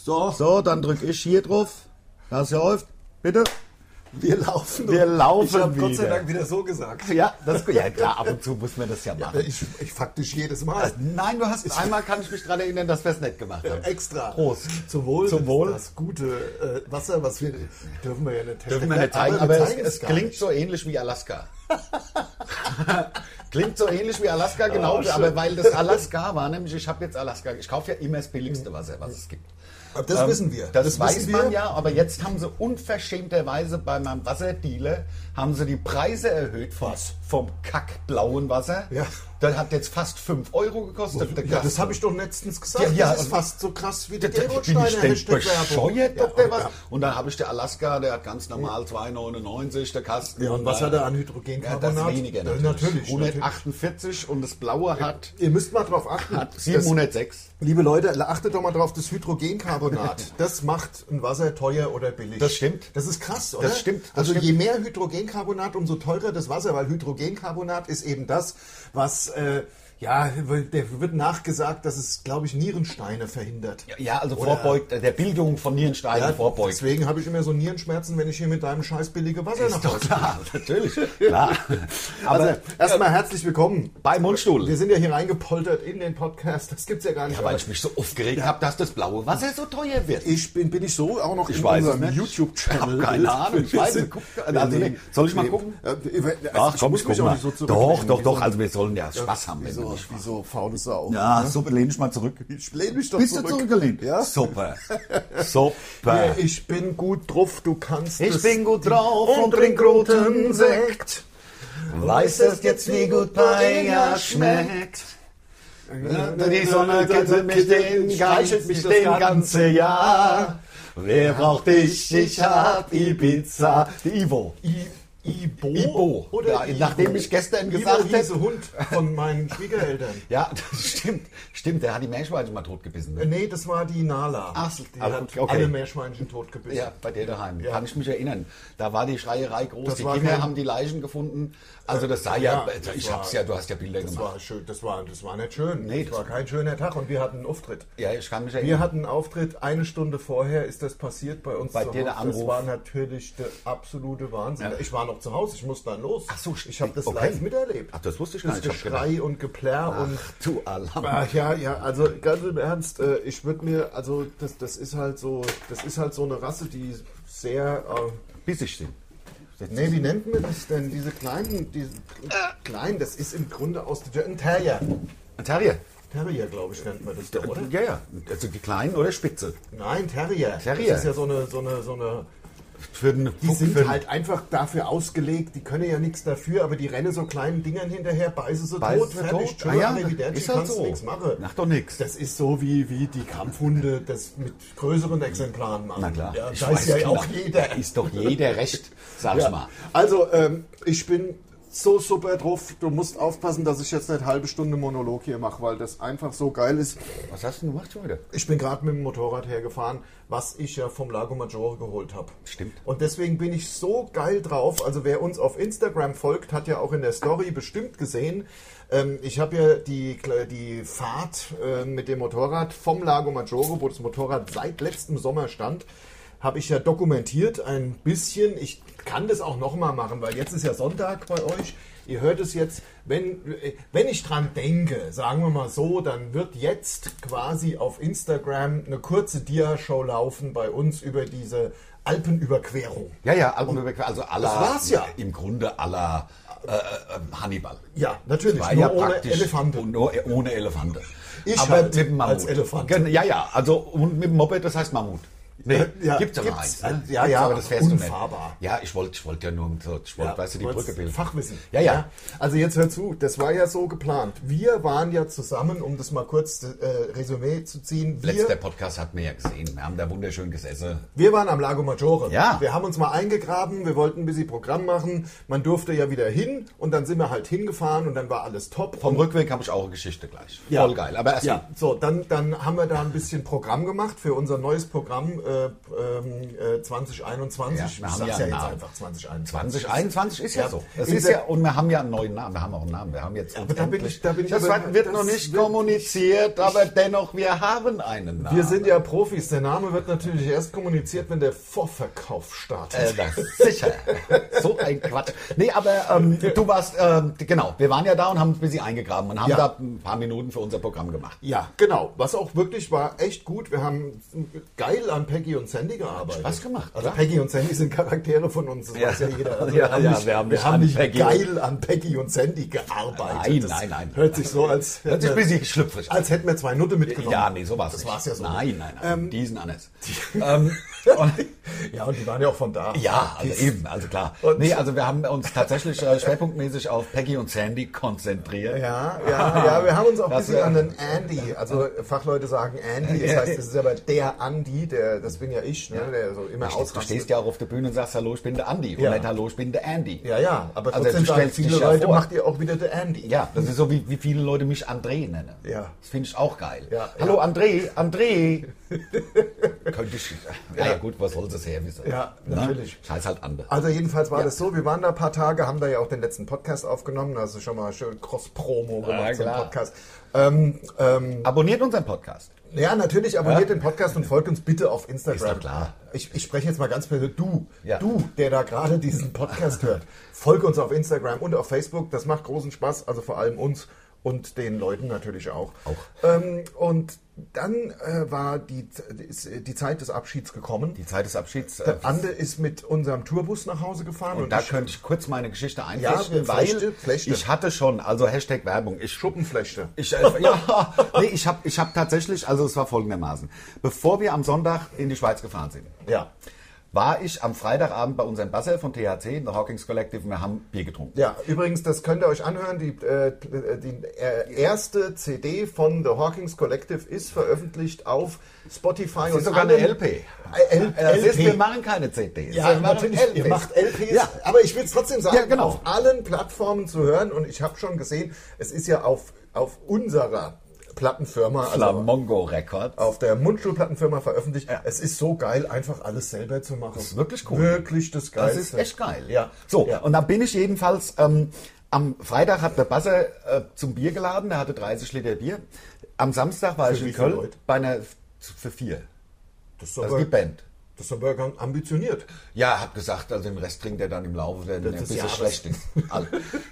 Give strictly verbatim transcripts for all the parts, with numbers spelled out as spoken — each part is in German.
So, so, dann drücke ich hier drauf. Das läuft. Bitte. Wir laufen. Wir laufen Ich habe wieder. Gott sei Dank wieder so gesagt. Ja, das, ja klar, ab und zu muss man das ja machen. Ja, ich, ich faktisch jedes Mal. Also, nein, du hast einmal, kann ich mich daran erinnern, dass wir es nicht gemacht haben. Äh, extra. Prost. Zum Wohl. Zum Wohl. Das gute äh, Wasser, was wir dürfen wir ja nicht Dürfen wir nicht zeigen, aber, aber, wir es, zeigen es gar klingt nicht. so ähnlich wie Alaska. Klingt so ähnlich wie Alaska, genau, Oh, schön. aber weil das Alaska war, nämlich ich habe jetzt Alaska, ich kaufe ja immer das billigste Wasser, was es gibt. Aber das Ähm, wissen wir. Das, das weiß wissen man wir. ja, aber jetzt haben sie unverschämterweise bei meinem Wasserdealer haben sie die Preise erhöht vom, vom kackblauen Wasser. Ja. Das hat jetzt fast fünf Euro gekostet. der Ja, das Kasten. habe ich doch letztens gesagt. Ja, ja, das ist also- fast so krass wie die Bin Gerolsteiner ich denn Hashtag-Werbung. bescheuert, Ja, ob der ja. was? Und dann habe ich der Alaska, der hat ganz normal zwei neunundneunzig, der Kasten. Ja, und was da- hat er an Ja, Hydrogencarbonat? das weniger Ja, natürlich. natürlich, hundertachtundvierzig und das blaue hat, Ihr müsst mal drauf achten. hat das, siebenhundertsechs. liebe Leute, achtet doch mal drauf, das Hydrogencarbonat, das macht ein Wasser teuer oder billig. Das stimmt. Das ist krass, oder? Das stimmt, das also stimmt. je mehr Hydrogencarbonat, umso teurer das Wasser, weil Hydrogencarbonat ist eben das, was, äh, ja, der wird nachgesagt, dass es, glaube ich, Nierensteine verhindert. Ja, also Oder- vorbeugt, der Bildung von Nierensteinen Ja, vorbeugt. deswegen habe ich immer so Nierenschmerzen, wenn ich hier mit deinem scheiß billige Wasser nach Ist doch Hause klar, natürlich. Klar. Also, Aber erstmal herzlich willkommen. bei Mundstuhl. Wir sind ja hier reingepoltert in den Podcast. Das gibt's ja gar nicht. Ja, weil ich mich so aufgeregt habe, dass das blaue Wasser so teuer wird. Ich bin, bin ich so auch noch Ich in weiß es unserem nicht. YouTube-Channel. Ich hab keine Ahnung. Ich weiß nicht. Guck, also, nee. Soll ich mal gucken? Äh, Ach, ich komm, muss ich mich guck auch mal. nicht so Doch, zurücklehnen, doch, wie doch. so- Also wir sollen ja Spaß haben. Wie wenn wir so, nicht wie so faule Sau. Ja, ne? super, lehn dich mal zurück. Ich lehne mich doch Bist zurück. du zurückgelehnt? Ja? Super. Super. Ja, ich bin gut drauf, du kannst Ich es. bin gut drauf und trink roten Sekt. Weiß es jetzt, wie gut Paella schmeckt. Die Sonne kitzelt mich den, Streichelt mich das den ganze ganze Jahr. Wer braucht dich? Ich hab Ibiza. Die Ivo. I, Ibo? Ibo. Oder Ja, Ivo? nachdem ich gestern Ivo gesagt hieß hätte- ein Hund von meinen Schwiegereltern. Ja, das stimmt. Stimmt, der hat die Meerschweinchen mal totgebissen. Äh, Nee, das war die Nala. Ach so, die also, hat okay. alle Meerschweinchen totgebissen. Ja, bei dir daheim. Ja. Kann ich mich erinnern. Da war die Schreierei groß. Das die war Kinder kein- haben die Leichen gefunden. Also das sah ja, Ja, das ich war- hab's ja, du hast ja Bilder Das gemacht. war schön, das war, das war nicht schön. Nee, das das- war kein schöner Tag und wir hatten einen Auftritt. Ja, ich kann mich Wir erinnern. hatten einen Auftritt, eine Stunde vorher ist das passiert bei uns Bei zu dir der Hause. Das Anruf. war natürlich der absolute Wahnsinn. Ja. Ich war noch zu Hause, ich musste dann los. Ach so, ich habe das okay. live miterlebt. Ach, das wusste ich das gar nicht. Ich hab Geschrei und Geplärr und Du Alarm. Ach ja, ja, also ganz im Ernst, äh, ich würde mir, also das, das ist halt so, das ist halt so eine Rasse, die sehr, äh, Bissig sind. nee, wie nennt man das denn? Diese kleinen, diese kleinen, das ist im Grunde aus der, ein Terrier. Ein Terrier. Terrier, glaube ich, nennt man das doch, oder? Ja, ja. Also die kleinen oder Spitze. Nein, Terrier. Terrier. Das ist ja so eine, so eine, so eine, Für den die Fuchs, sind für den- halt einfach dafür ausgelegt, die können ja nichts dafür, aber die rennen so kleinen Dingern hinterher, beißen sie Beißen tot, sie fertig, tot. tschö, Ah ja, arrivederci, ist halt kannst du so. nichts machen. Macht doch nichts. Das ist so wie, wie die Kampfhunde das mit größeren Exemplaren machen. Na klar. Ja, Ich da weiß ist ja genau. auch jeder. Da ist doch jeder recht, sag ich Ja. mal. Also, ähm, ich bin so super drauf. Du musst aufpassen, dass ich jetzt nicht eine halbe Stunde Monolog hier mache, weil das einfach so geil ist. Was hast du denn gemacht heute? Ich bin gerade mit dem Motorrad hergefahren, was ich ja vom Lago Maggiore geholt habe. Stimmt. Und deswegen bin ich so geil drauf. Also wer uns auf Instagram folgt, hat ja auch in der Story bestimmt gesehen. Ähm, ich habe ja die, die Fahrt äh, mit dem Motorrad vom Lago Maggiore, wo das Motorrad seit letztem Sommer stand, habe ich ja dokumentiert ein bisschen. Ich kann das auch nochmal machen, weil jetzt ist ja Sonntag bei euch. Ihr hört es jetzt, wenn, wenn ich dran denke, sagen wir mal so, dann wird jetzt quasi auf Instagram eine kurze Dia-Show laufen bei uns über diese Alpenüberquerung. Ja, ja, Alpenüberquerung, also aller, Das war's ja. im Grunde aller äh, äh, Hannibal. Ja, natürlich, War nur ja ohne praktisch Elefante. und Nur ohne Elefante. Ich Aber halt mit dem Mammut. als Elefant. Gen- Ja, ja, also und mit dem Moped, das heißt Mammut. Nee, Äh, ja, gibt's aber gibt's. eins. Ne? Ja, ja, aber das fährst unfahrbar. du nicht. Ja, ich wollte ich wollte ja nur, so, ich wollte, Ja, weißt du, die du Brücke wolltest bilden. Fachwissen. Ja, ja. Also jetzt hör zu, das war ja so geplant. Wir waren ja zusammen, um das mal kurz äh, Resümee zu ziehen. Letzter Wir, Podcast hat mir ja gesehen. Wir haben da wunderschön gesessen. wir waren am Lago Maggiore. Ja. Wir haben uns mal eingegraben, wir wollten ein bisschen Programm machen. Man durfte ja wieder hin und dann sind wir halt hingefahren und dann war alles top. Vom und Rückweg habe ich auch eine Geschichte gleich. Ja. Voll geil. Aber erst Ja, so, dann, dann haben wir da ein bisschen Programm gemacht für unser neues Programm, äh, äh, äh, zwanzig einundzwanzig. Ja, ich wir haben sag's ja ja einen jetzt Namen. einfach zwanzig einundzwanzig. zwanzig einundzwanzig ist ja, Ja, so. Das in ist der- ja, und wir haben ja einen neuen Namen. Wir haben auch einen Namen. Wir haben jetzt aber da bin endlich- ich- da bin ich das aber- wird das noch nicht wird- kommuniziert, aber dennoch, wir haben einen Namen. Wir sind ja Profis. Der Name wird natürlich erst kommuniziert, wenn der Vorverkauf startet. Äh, das sicher. So ein Quatsch. Nee, aber ähm, du warst, ähm, genau, wir waren ja da und haben ein bisschen eingegraben und haben Ja. da ein paar Minuten für unser Programm gemacht. Ja, genau. Was auch wirklich war echt gut. Wir haben geil an Peggy und Sandy gearbeitet. Spaß gemacht, Also klar. Peggy und Sandy sind Charaktere von uns, das Ja. weiß ja jeder. Also Ja, ja, nicht, wir haben wir nicht haben an nicht Peggy geil an Peggy und Sandy gearbeitet. Nein, Das nein, nein. Hört sich so, als Hört sich ein hätten wir- bisschen schlüpfrig an. als hätten wir zwei Nutte mitgenommen. Ja, nee, so war's Das nicht. war's ja so. Nein, nein, nein. Ähm, die sind anders. ähm, und, Ja, und die waren ja auch von da. ja, also Die- eben, also klar. Und- Nee, also wir haben uns tatsächlich äh, schwerpunktmäßig auf Peggy und Sandy konzentriert. Ja, ja, ja, wir haben uns auch ein Das, bisschen äh, an den Andy, also Fachleute sagen Andy, das heißt, das ist aber der Andy, der, das bin ja ich, ne, der so immer Du ausrastet. stehst ja auch auf der Bühne und sagst, hallo, ich bin der Andi. Ja. Und nicht, hallo, ich bin der Andy. Ja, ja, aber Also trotzdem du sagen stellst dich viele ja Leute, vor. macht ihr auch wieder der Andy. Ja, das ist so, wie, wie viele Leute mich André nennen. Ja. Das finde ich auch geil. Ja, Hallo ja. André, André. Könnte ich. Ja, ja, gut, was soll das her wissen? Ja, Ne? natürlich. Scheiß halt andere. Also jedenfalls war Ja. das so, wir waren da ein paar Tage, haben da ja auch den letzten Podcast aufgenommen, also schon mal schön Cross-Promo gemacht Ja, zum klar. Podcast. Ähm, ähm, Abonniert unseren Podcast. ja, natürlich, abonniert Ja. den Podcast und folgt uns bitte auf Instagram. Ist doch klar. Ich, ich spreche jetzt mal ganz persönlich, du, Ja. du, der da gerade diesen Podcast hört, folge uns auf Instagram und auf Facebook, das macht großen Spaß, also vor allem uns und den Leuten natürlich auch. Auch. Ähm, und dann äh, war die, ist die Zeit des Abschieds gekommen. Die Zeit des Abschieds. Äh, Der Ande ist mit unserem Tourbus nach Hause gefahren. und da ich, könnte ich kurz meine Geschichte Ja, einflechten, wir- weil Flechte, Flechte. ich hatte schon, also Hashtag Werbung, ich Schuppenflechte. Ich, äh, ja, nee, ich habe ich hab tatsächlich, also es war folgendermaßen. Bevor wir am Sonntag in die Schweiz gefahren sind, Ja. war ich am Freitagabend bei unserem Basser von T H C, in der Hawkins Collective, und wir haben Bier getrunken. Ja, übrigens, das könnt ihr euch anhören. Die, äh, die äh, erste C D von The Hawkins Collective ist veröffentlicht auf Spotify. Das und ist sogar allen- eine L P. Äh, L- Das ist, wir L P. machen keine C Ds. Ja, wir machen natürlich, L Ps. ihr macht L Ps, Ja. aber ich will es trotzdem sagen, Ja, genau. auf allen Plattformen zu hören. Und ich habe schon gesehen, es ist ja auf, auf unserer Plattenfirma, also Flamongo Records. auf der Mundstuhl-Plattenfirma veröffentlicht. Es ist so geil, einfach alles selber zu machen. Das ist wirklich cool. Wirklich das Das Geilste. ist echt geil. Ja. So, Ja. und dann bin ich jedenfalls, ähm, am Freitag hat der Basser äh, zum Bier geladen, der hatte dreißig Liter Bier. Am Samstag war Für ich wie in viele Köln Leute? bei einer, für vier. Das ist Das ist aber, die Band. das ist aber ganz ambitioniert. Ja, hat gesagt, also den Rest trinkt er dann im Laufe, der ein des bisschen Jahres. schlecht ist. Alle.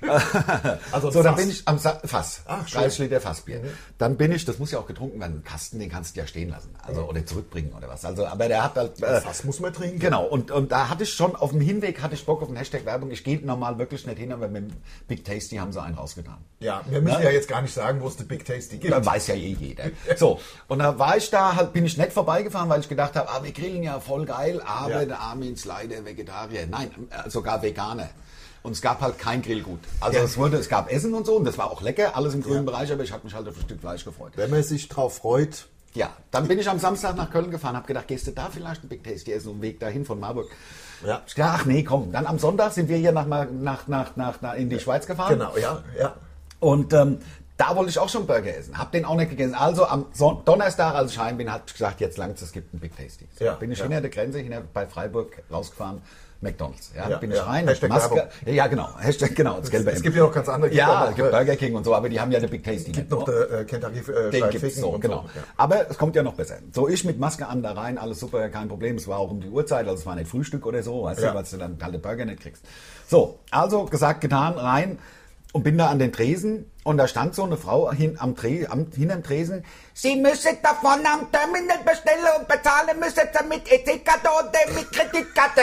Also so, dann Fass. bin ich am Sa Fass. Ach, schön. dreißig Liter Fassbier. Dann bin ich, das muss ja auch getrunken werden, einen Kasten, den kannst du ja stehen lassen. Also, oder zurückbringen oder was. Also, aber der hat halt, äh, Fass muss man trinken. genau. Und, und da hatte ich schon, auf dem Hinweg hatte ich Bock auf den Hashtag Werbung. Ich gehe normal wirklich nicht hin, aber mit dem Big Tasty haben sie einen rausgetan. Ja, wir müssen Ne? ja jetzt gar nicht sagen, wo es die Big Tasty gibt. Da weiß ja eh jeder. So, und da war ich da, halt, bin ich nicht vorbeigefahren, weil ich gedacht habe, ah, wir grillen ja voll geil, aber Ja. der Armin ist leider Vegetarier. Nein, äh, sogar Veganer. Und es gab halt kein Grillgut. Also Ja. es wurde, es gab Essen und so und das war auch lecker, alles im grünen Bereich, aber ich habe mich halt auf ein Stück Fleisch gefreut. Wenn man sich drauf freut, Ja, dann bin ich am Samstag nach Köln gefahren, habe gedacht, gehst du da vielleicht ein Big Tasty essen, einen Weg dahin von Marburg. Ja. Ich dachte, ach nee, komm. Dann am Sonntag sind wir hier nach, nach, nach, nach, nach in die Schweiz gefahren. genau, ja, ja. Und ähm, da wollte ich auch schon Burger essen. Hab den auch nicht gegessen. Also am Son Donnerstag, als ich heim bin, hat ich gesagt, jetzt langt's, es gibt einen Big Tasty. So, Ja, bin ich ja. hinter der Grenze, hinter bei Freiburg rausgefahren, McDonald's. Ja, Ja, bin ja. ich rein, Hashtag Maske. Werbung. Ja, ja, genau. Hashtag, genau, das gelbe Es M. gibt ja noch ganz andere. Ja, auch es noch, gibt äh, Burger King und so, aber die haben ja den Big Tasty. gibt nicht. noch der äh, Kentucky äh, Den Fried gibt's Chicken so, und genau. so. Ja. Aber es kommt ja noch besser. So, ich mit Maske an da rein, alles super, kein Problem. Es war auch um die Uhrzeit, also es war nicht Frühstück oder so, weißt Ja. du, weil du dann kalte Burger nicht kriegst. So, also gesagt, getan, rein und bin da an den Tresen und da stand so eine Frau hin, am Tre, am, hinterm Tresen. Sie müssen davon am Terminal bestellen und bezahlen müssen Sie mit E C-Karte oder mit Kreditkarte.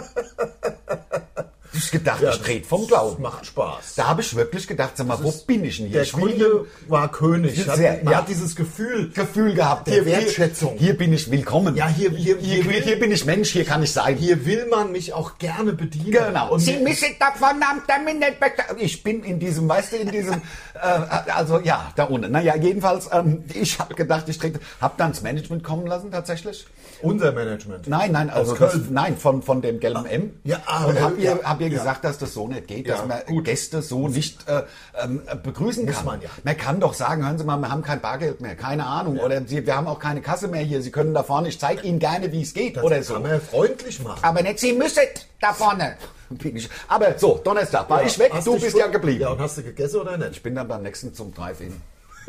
Ich gedacht, Ja, ich dreht vom Glauben. Macht Spaß. Da habe ich wirklich gedacht, sag mal, wo bin ich denn hier? Der Ich will Kunde war König. Hat, Sehr, man ja. hat dieses Gefühl. Gefühl gehabt, Der hier, Wertschätzung. Hier, hier bin ich willkommen. Ja, hier, hier, Hier, hier, hier, bin ich Mensch, hier kann ich sein. hier will man mich auch gerne bedienen. Genau. Und Sie müssen davon am Terminal bezahlen. Ich bin in diesem, weißt du, in diesem, äh, also ja, da unten. Naja, jedenfalls, ähm, ich habe gedacht, ich trinke, habe dann das Management kommen lassen tatsächlich. unser Management. Nein, nein, also Aus das, Köln. nein, von, von dem gelben M. Ja, ah, und äh, hab ihr, ja, hab ihr ja. gesagt, dass das so nicht geht, dass Ja, man gut. Gäste so nicht äh, ähm, begrüßen Muss kann. man ja. Man kann doch sagen, hören Sie mal, wir haben kein Bargeld mehr, keine Ahnung. Oder Sie, wir haben auch keine Kasse mehr hier, Sie können da vorne, ich zeige Ihnen gerne, wie es geht. Das oder so. kann man freundlich machen. Aber nicht, Sie müssen da vorne. Bin ich. Aber so, Donnerstag war Ja, ich weg, hast du dich bist schon- ja geblieben. Ja, und hast du gegessen oder nicht? Ich bin dann beim nächsten zum Drive-In.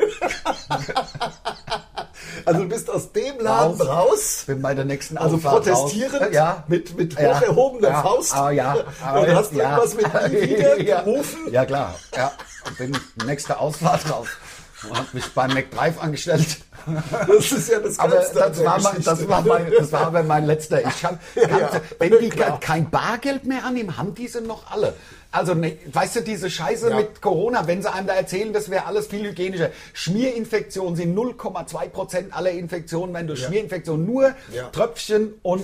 Also du bist aus dem Laden Raus. raus, Bin bei der nächsten also Ausfahrt protestierend, raus. Ja. mit, mit Ja. hoch erhobener Ja. Faust. Ah, ja. Ah, Und hast du ja. irgendwas mit nie wieder Ja. gerufen? Ja, klar. Ja. Bin nächste Ausfahrt raus. Und hab mich beim McDrive angestellt. Das ist ja das Aber Geilste an das der war, mein, Geschichte. das, war mein, das war aber mein letzter. Ich hab, Ja, kannte, ja, wenn die klar. kein Bargeld mehr annehmen, haben diese noch alle. Also, ne, weißt du, diese Scheiße Ja. mit Corona, wenn sie einem da erzählen, das wäre alles viel hygienischer. Schmierinfektionen sind null Komma zwei Prozent aller Infektionen, wenn durch Ja. Schmierinfektionen nur Ja. Tröpfchen und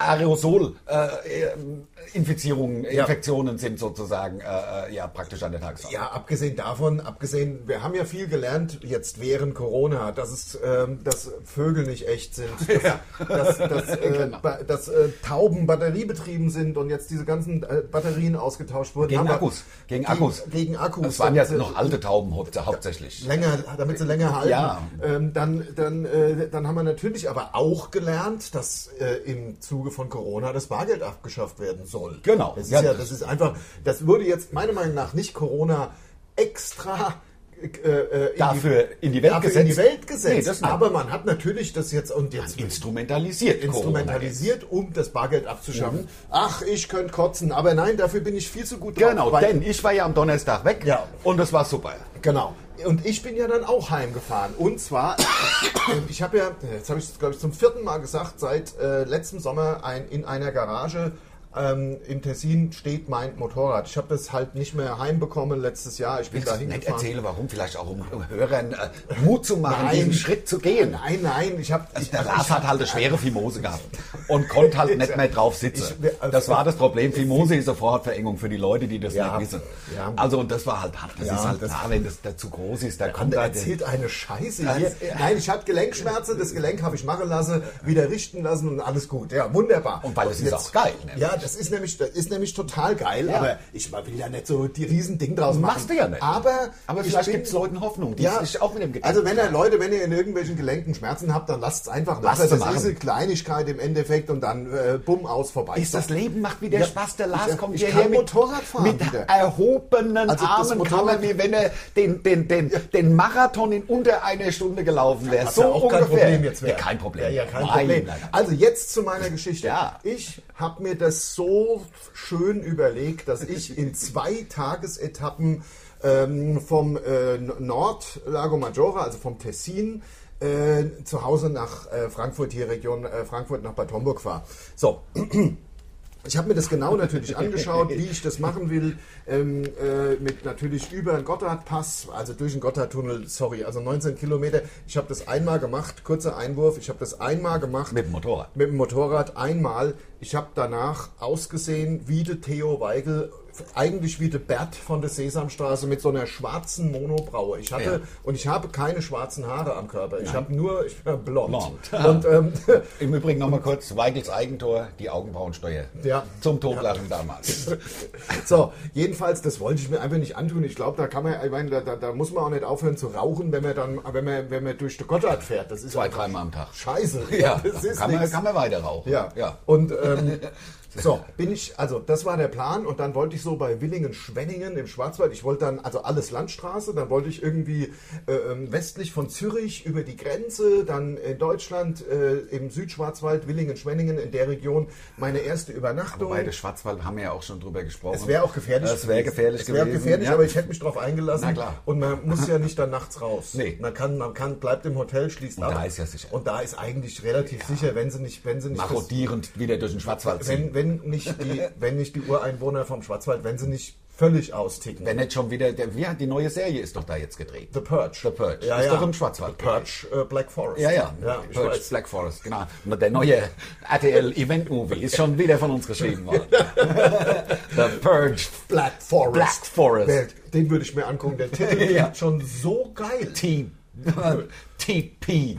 Aerosol-Infizierungen, äh, Infektionen sind sozusagen äh, ja praktisch an der Tagesordnung. Ja, abgesehen davon, abgesehen, wir haben ja viel gelernt jetzt während Corona, dass es, ähm, dass Vögel nicht echt sind, dass, Ja. dass, dass, äh, Genau. ba- dass äh, Tauben batteriebetrieben sind und jetzt diese ganzen äh, Batterien ausgetauscht wurden. Gegen Haben wir- Akkus. Gegen Akkus. Gegen Akkus. Das waren ja damit sie noch alte Tauben hau- hauptsächlich. länger, damit sie länger halten. Ja. Ähm, dann, dann, äh, dann haben wir natürlich aber auch gelernt, dass äh, im Zuge von Corona das Bargeld abgeschafft werden soll. Genau. Das ist Ja, ja, das- das ist einfach, das wurde jetzt meiner Meinung nach nicht Corona extra äh, äh, in Dafür in die Welt dafür gesetzt. in die Welt Nee, gesetzt. das nicht. Aber man hat natürlich das jetzt und jetzt Instrumentalisiert. instrumentalisiert, um das Bargeld abzuschaffen. Mhm. Ach, ich könnte kotzen, aber nein, dafür bin ich viel zu gut Genau, drauf. weil- denn ich war ja am Donnerstag weg Ja. und das war super. Genau. Und ich bin ja dann auch heimgefahren. Und zwar, ich habe ja, jetzt habe ich es, glaube ich, zum vierten Mal gesagt, seit äh, letztem Sommer ein, in einer Garage ähm, im Tessin steht mein Motorrad. Ich habe das halt nicht mehr heimbekommen letztes Jahr. Ich bin Willst da du nicht hingefahren. erzählen, warum? Vielleicht auch um um Hörern äh, Mut zu machen, Nein. diesen Schritt zu gehen. Nein, nein, ich habe... Also der Lars hat halt eine schwere Fimose gehabt und konnte halt nicht mehr drauf sitzen. Ich- also- Das war das Problem. Fimose ist eine Vorhautverengung für die Leute, die das Ja, nicht wissen. ja. Also und das war halt hart. Das Ja, ist halt das- da, wenn das da zu groß ist, da kommt Ander da erzählt eine Scheiße Das- hier. Nein, ich hatte Gelenkschmerzen, das Gelenk habe ich machen lassen, wieder richten lassen und alles gut. Ja, wunderbar. Und weil es ist auch geil, nämlich. Ja, das ist nämlich, das ist nämlich total geil, Ja. aber ich will ja nicht so die riesen Ding draus machen. Machst du ja nicht. Aber, Aber ich vielleicht bin- gibt es Leuten Hoffnung, die Ja, sich auch mit dem Gedanken also wenn ihr Leute, wenn ihr in irgendwelchen Gelenken Schmerzen habt, dann lasst es einfach Lasst machen. sie Das ist machen. eine Kleinigkeit im Endeffekt und dann äh, bumm aus vorbei. ist das Leben macht wieder Ja, Spaß. Der Lars ich- kommt ich hierher kann mit, Motorrad fahren mit wieder. erhobenen Also das Armen, kann Motorrad- er, wie wenn er den, den, den, den Marathon in unter einer Stunde gelaufen wäre. Was So ja auch ungefähr. kein Problem jetzt wäre. Ja, kein Problem. Ja, ja, kein Nein, Problem. nein, nein. Also jetzt zu meiner Geschichte. Ja. Ich habe mir das so schön überlegt, dass ich in zwei Tagesetappen ähm, vom äh, Nord Lago Maggiore, also vom Tessin, äh, zu Hause nach äh, Frankfurt, hier Region äh, Frankfurt nach Bad Homburg fahre. So. Ich habe mir das genau natürlich angeschaut, wie ich das machen will, ähm, äh, mit natürlich über den Gotthardpass, also durch den Gotthardtunnel, sorry, also neunzehn Kilometer. Ich habe das einmal gemacht, kurzer Einwurf, ich habe das einmal gemacht. Mit dem Motorrad. Mit dem Motorrad einmal. Ich habe danach ausgesehen wie der Theo Weigel, eigentlich wie der Bert von der Sesamstraße mit so einer schwarzen Monobraue. Ich hatte, Ja. und ich habe keine schwarzen Haare am Körper. Ich habe nur, ich bin blond. Blond. Und ähm, Im Übrigen nochmal kurz, Weigels Eigentor, die Augenbrauensteuer. Ja. Zum Totlachen damals. So, jedenfalls, das wollte ich mir einfach nicht antun. Ich glaube, da kann man, ich meine, da, da, da muss man auch nicht aufhören zu rauchen, wenn man dann, wenn man, wenn man durch den Gotthard fährt. Das ist Zwei, einfach dreimal am Tag. Scheiße. Ja, das ist kann, man, nix. kann man weiter rauchen. Ja. ja. Und ähm, so, bin ich, also das war der Plan und dann wollte ich so bei Willingen-Schwenningen im Schwarzwald, ich wollte dann, also alles Landstraße, dann wollte ich irgendwie äh, ähm, westlich von Zürich über die Grenze, dann in Deutschland äh, im Südschwarzwald, Willingen-Schwenningen in der Region meine erste Übernachtung. Wobei, der Schwarzwald haben wir ja auch schon drüber gesprochen. Es wäre auch gefährlich. Es wäre gefährlich es wäre gewesen. gefährlich, ja. aber ich hätte mich darauf eingelassen. Na klar. Und man muss ja nicht dann nachts raus. Nee. Man kann, man kann, bleibt im Hotel, schließt Und ab. da ist ja sicher. Und da ist eigentlich relativ sicher, wenn sie nicht, wenn sie nicht, das, Marodierend wieder durch den Schwarzwald ziehen. wenn, wenn nicht die, wenn nicht die Ureinwohner vom Schwarzwald, wenn sie nicht völlig austicken. Wenn nicht schon wieder, der, wie hat die neue Serie ist doch da jetzt gedreht. The Purge. The Purge. Ja, ist ja. doch im Schwarzwald. The Purge, äh, Black Forest. Ja, ja. ja ich Purge, weiß. Black Forest, genau. Und der neue R T L Event Movie ist schon wieder von uns geschrieben worden. The Purge. Black Forest. Black Forest. Der, den würde ich mir angucken. Der Titel Ja. klingt schon so geil. T. T P.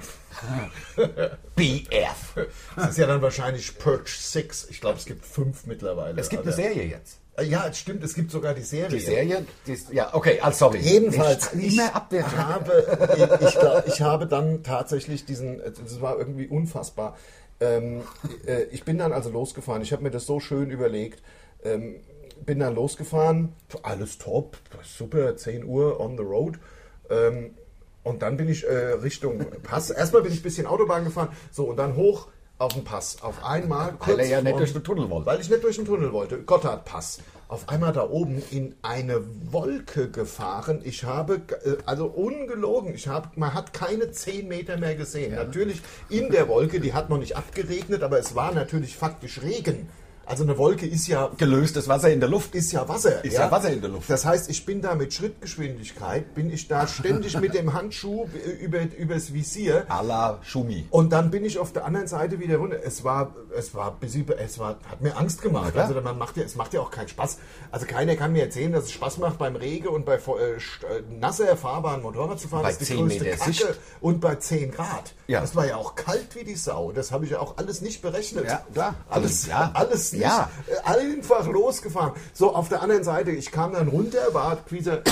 B F. Das ist ja dann wahrscheinlich Purge sechs. Ich glaube, es gibt fünf mittlerweile. Es gibt Also- eine Serie jetzt. Ja, es stimmt, es gibt sogar die Serie. Die Serie? Die ist, ja, okay, also sorry. Jedenfalls, ich, ich, immer habe, ich, ich, glaub, ich habe dann tatsächlich diesen, das war irgendwie unfassbar. Ähm, äh, ich bin dann also losgefahren, ich habe mir das so schön überlegt, ähm, bin dann losgefahren, alles top, super, zehn Uhr on the road. Ähm, und dann bin ich äh, Richtung Pass, erstmal bin ich ein bisschen Autobahn gefahren, so und dann hoch auf den Pass. Auf einmal, weil er ja nicht vorm, durch den Tunnel wollte. Weil ich nicht durch den Tunnel wollte, Gotthardpass. Auf einmal da oben in eine Wolke gefahren. Ich habe, äh, also ungelogen, ich habe, man hat keine zehn Meter mehr gesehen. Ja. Natürlich in der Wolke, die hat noch nicht abgeregnet, aber es war natürlich faktisch Regen. Also eine Wolke ist ja... Gelöstes Wasser in der Luft. Ist ja Wasser. Ist ja, ja Wasser in der Luft. Das heißt, ich bin da mit Schrittgeschwindigkeit, bin ich da ständig mit dem Handschuh über, übers Visier. À la Schumi. Und dann bin ich auf der anderen Seite wieder runter. Es war, es war, es war, hat mir Angst gemacht. Ja, also man macht ja, es macht ja auch keinen Spaß. Also keiner kann mir erzählen, dass es Spaß macht beim Regen und bei äh, nasser Fahrbahn Motorrad zu fahren. Bei das ist die zehn größte Meter Kacke. Sicht. Und bei zehn Grad. Ja. Das war ja auch kalt wie die Sau. Das habe ich ja auch alles nicht berechnet. Ja, klar. Alles, ja. alles nicht. Ja. Einfach losgefahren. So, auf der anderen Seite, ich kam dann runter, war quasi, äh,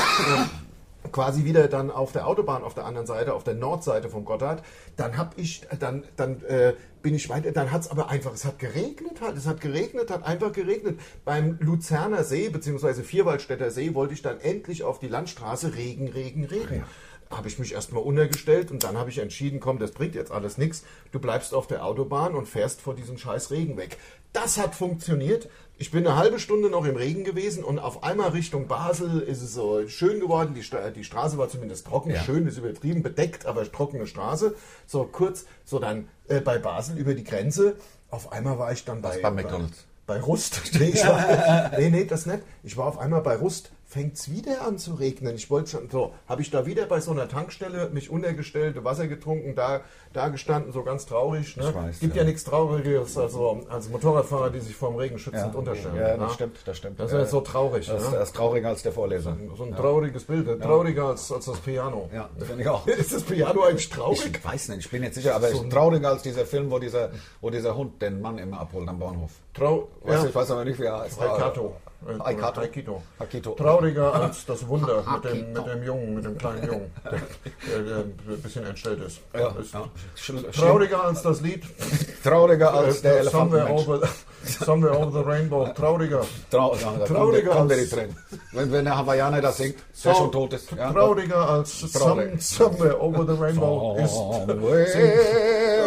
quasi wieder dann auf der Autobahn auf der anderen Seite, auf der Nordseite vom Gotthard. Dann habe ich, dann, dann äh, bin ich weiter, dann hat es aber einfach, es hat geregnet halt, es hat geregnet, hat einfach geregnet. Beim Luzerner See, beziehungsweise Vierwaldstätter See, wollte ich dann endlich auf die Landstraße, Regen, Regen, Regen. Ja. Habe ich mich erstmal untergestellt und dann habe ich entschieden, komm, das bringt jetzt alles nichts. Du bleibst auf der Autobahn und fährst vor diesem scheiß Regen weg. Das hat funktioniert. Ich bin eine halbe Stunde noch im Regen gewesen und auf einmal Richtung Basel ist es so schön geworden. Die, Stra- die Straße war zumindest trocken, ja. Schön ist übertrieben, bedeckt, aber trockene Straße. So kurz, so dann äh, bei Basel über die Grenze. Auf einmal war ich dann bei, bei McDonald's. Bei, bei Rust. Nee, ich war, nee, nee, das nicht. Ich war auf einmal bei Rust. Fängt es wieder an zu regnen. Ich wollte schon, so, habe ich da wieder bei so einer Tankstelle mich untergestellt, Wasser getrunken, da, da gestanden, so ganz traurig. Ne? Weiß, gibt ja, ja nichts Trauriges also, als Motorradfahrer, die sich vor dem Regen schützend ja, unterstellen. Ja, das ne? stimmt, das stimmt. Das ist ja so traurig. Das, ne? das ist trauriger als der Vorleser. So, so ein ja. trauriges Bild, trauriger als, als das Piano. Ja, das finde ich auch. Ist das Piano eigentlich traurig? Ich weiß nicht, ich bin jetzt sicher, aber so, trauriger als dieser Film, wo dieser, wo dieser Hund den Mann immer abholt am Bahnhof. Trau weiß ja. Ich weiß aber nicht, wie er heißt. Aikato. Aikato. Aikato. Aikato. Trauriger als das Wunder mit dem, mit dem Jungen, mit dem kleinen Jungen, der, der, der ein bisschen entstellt ist. Ja, ist ja. Trauriger als das Lied. Trauriger als der Elefant. Somewhere over, somewhere over the Rainbow. Trauriger. Trau ja, Trauriger kommt der, als... Kommt wenn, wenn der Hawaiianer das singt, der so, schon tot ist. Ja, trauriger als some, Somewhere over the Rainbow ist... Somewhere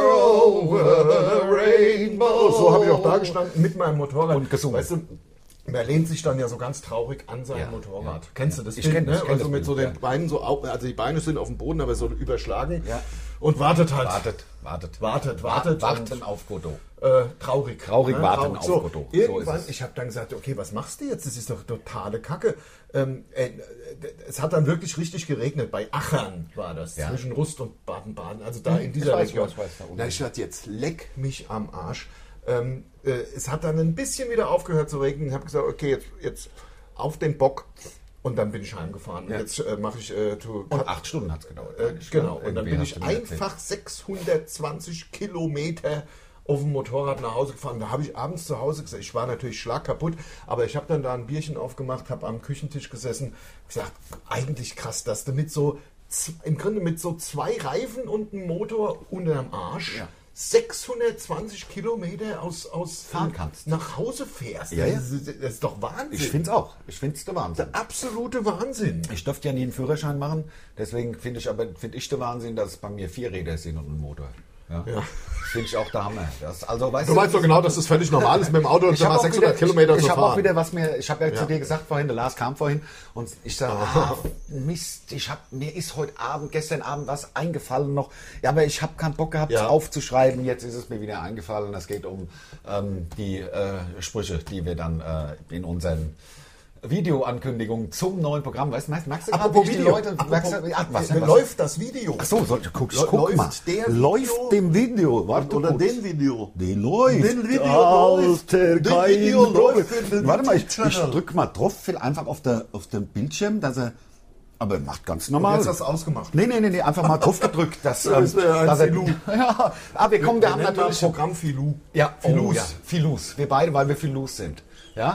over the Rainbow. So habe ich auch da gestanden mit meinem Motorrad. Und gesungen. Weißt du, er lehnt sich dann ja so ganz traurig an sein ja, Motorrad. Ja. Kennst du das? Ich Bild, kenne das. Ne? Kenn also das mit so Bild, den ja. Beinen so, auf, also die Beine sind auf dem Boden, aber so überschlagen. Ja. Und wartet halt. Wartet, wartet. Wartet, wartet. Warten auf Godot. Äh, traurig. Traurig ne? warten traurig. auf so, Godot. Irgendwann, so ich habe dann gesagt, okay, was machst du jetzt? Das ist doch totale Kacke. Ähm, äh, es hat dann wirklich richtig geregnet. Bei Achern war das, ja. zwischen Rust und Baden-Baden. Also da in dieser ich weiß, Region. Ich weiß, Na, ich dachte, jetzt leck mich am Arsch. Ähm, äh, es hat dann ein bisschen wieder aufgehört zu regnen. Ich habe gesagt, okay, jetzt, jetzt auf den Bock. Und dann bin ich heimgefahren. Ja. Jetzt äh, mache ich... Äh, to, und acht Stunden hat es gedauert. Äh, genau. Und dann bin ich einfach einfach sechshundertzwanzig Kilometer auf dem Motorrad nach Hause gefahren. Da habe ich abends zu Hause gesagt, ich war natürlich schlagkaputt, aber ich habe dann da ein Bierchen aufgemacht, habe am Küchentisch gesessen, gesagt, eigentlich krass, dass du mit so, im Grunde mit so zwei Reifen und einem Motor unterm Arsch ja. sechshundertzwanzig Kilometer aus, aus fahren kannst. Nach Hause fährst. Ja, ja. Das, ist, das ist doch Wahnsinn. Ich finde es auch. Ich finde es der Wahnsinn. Der absolute Wahnsinn. Ich dürfte ja nie einen Führerschein machen, deswegen finde ich aber finde ich der Wahnsinn, dass es bei mir vier Räder sind und ein Motor. Ja. Ja. Das finde ich auch der Hammer. Das, also, weißt du weißt doch genau, dass das völlig normal ist, mit dem Auto und mal sechshundert wieder, Kilometer ich, zu ich fahren. Ich habe auch wieder was mir, ich habe ja, ja zu dir gesagt vorhin, der Lars kam vorhin und ich sage, ah, Mist, ich hab, mir ist heute Abend, gestern Abend was eingefallen noch, ja, aber ich habe keinen Bock gehabt, ja. aufzuschreiben, jetzt ist es mir wieder eingefallen, es geht um ähm, die äh, Sprüche, die wir dann äh, in unseren Videoankündigung zum neuen Programm. Weißt du, merkst du gerade, wie die Leute... Merkst du, ja, was, was, läuft das Video? Ach so, so guck, L- guck läuft mal. Der läuft Video? dem Video. Warte Oder kurz. den Video? Die läuft. Den Video läuft. Alter, Den kein Video Problem. läuft für den Warte mal, ich, ich Channel. drück mal drauf, will einfach auf, der, auf dem Bildschirm, dass er... Aber macht ganz normal. Und jetzt hast du ausgemacht. Nee, nee, nee, nee, einfach mal drauf gedrückt. Dass, Ja, das wäre ein dass er, Filou. ja, aber wir kommen, wir, Wir haben nennen natürlich... das Programm Filou. Ja, Filous. Oh, ja, Filous. Wir beide, weil wir Filous sind. Ja?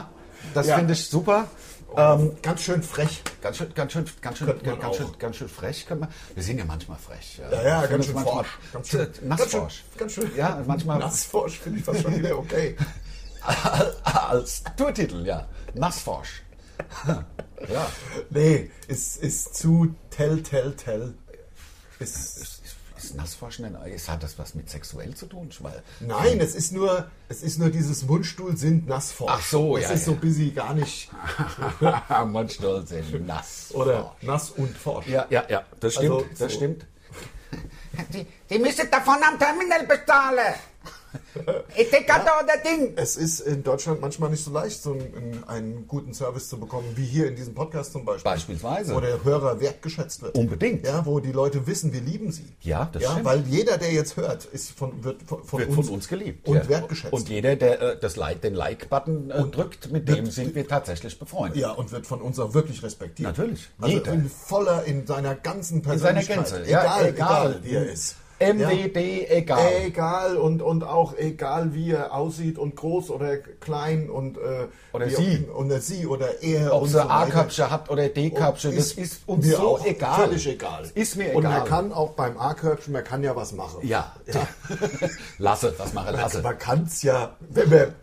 Das Ja. finde ich super. Ähm, ganz schön frech. Ganz schön, ganz schön, ganz schön, Könnte man ganz schön, auch. ganz schön frech. Kann man, wir sind ja manchmal frech. Ja, ja, Ich ganz finde schön es forsch. Ganz schön, Äh, Nassforsch. Ganz schön, ganz schön. Ja, manchmal. Nassforsch finde ich fast schon wieder okay. Als Tourtitel, ja. Nassforsch. Ja. Nee, ist, ist zu tell, tell, tell. Ist, Ist, ist Nassforsch denn, ist, hat das was mit sexuell zu tun? Weil, nein, es ist nur, es ist nur dieses Mundstuhl sind Nassforsch. Ach so, das ja, ist ja. so busy gar nicht. Manchmal sind nass. Oder nass und forsch. Ja, ja, ja, das stimmt, Also, das so. stimmt. Die, die müssen davon am Terminal bezahlen. Ich denke ja. da der Ding. Es ist in Deutschland manchmal nicht so leicht, so einen, einen guten Service zu bekommen, wie hier in diesem Podcast zum Beispiel. Beispielsweise. Wo der Hörer wertgeschätzt wird. Unbedingt. Ja, wo die Leute wissen, wir lieben sie. Ja, das ja, stimmt. weil jeder, der jetzt hört, ist von, wird von, von, Wird uns, von uns geliebt. und ja. wertgeschätzt. Und jeder, der äh, das Like, den Like-Button äh, drückt, mit dem sind wir tatsächlich befreundet. ja, und wird von uns auch wirklich respektiert. Natürlich. Also Jeder. in voller, in seiner ganzen In seiner Persönlichkeit. Gänze. Ja, Egal, egal. egal, wie er ist. M W D, egal. Egal und, und auch egal, wie er aussieht und groß oder klein und äh, Oder wie sie. Auch, oder sie oder er. Ob und sie so A-Köpfchen hat oder D-Köpfchen, das ist uns mir so auch egal. Völlig egal. Ist mir Und egal. man kann auch beim A-Köpfchen, man kann ja was machen. Ja. Ja. Lasse, was mache lasse. Man kann es ja, wenn man,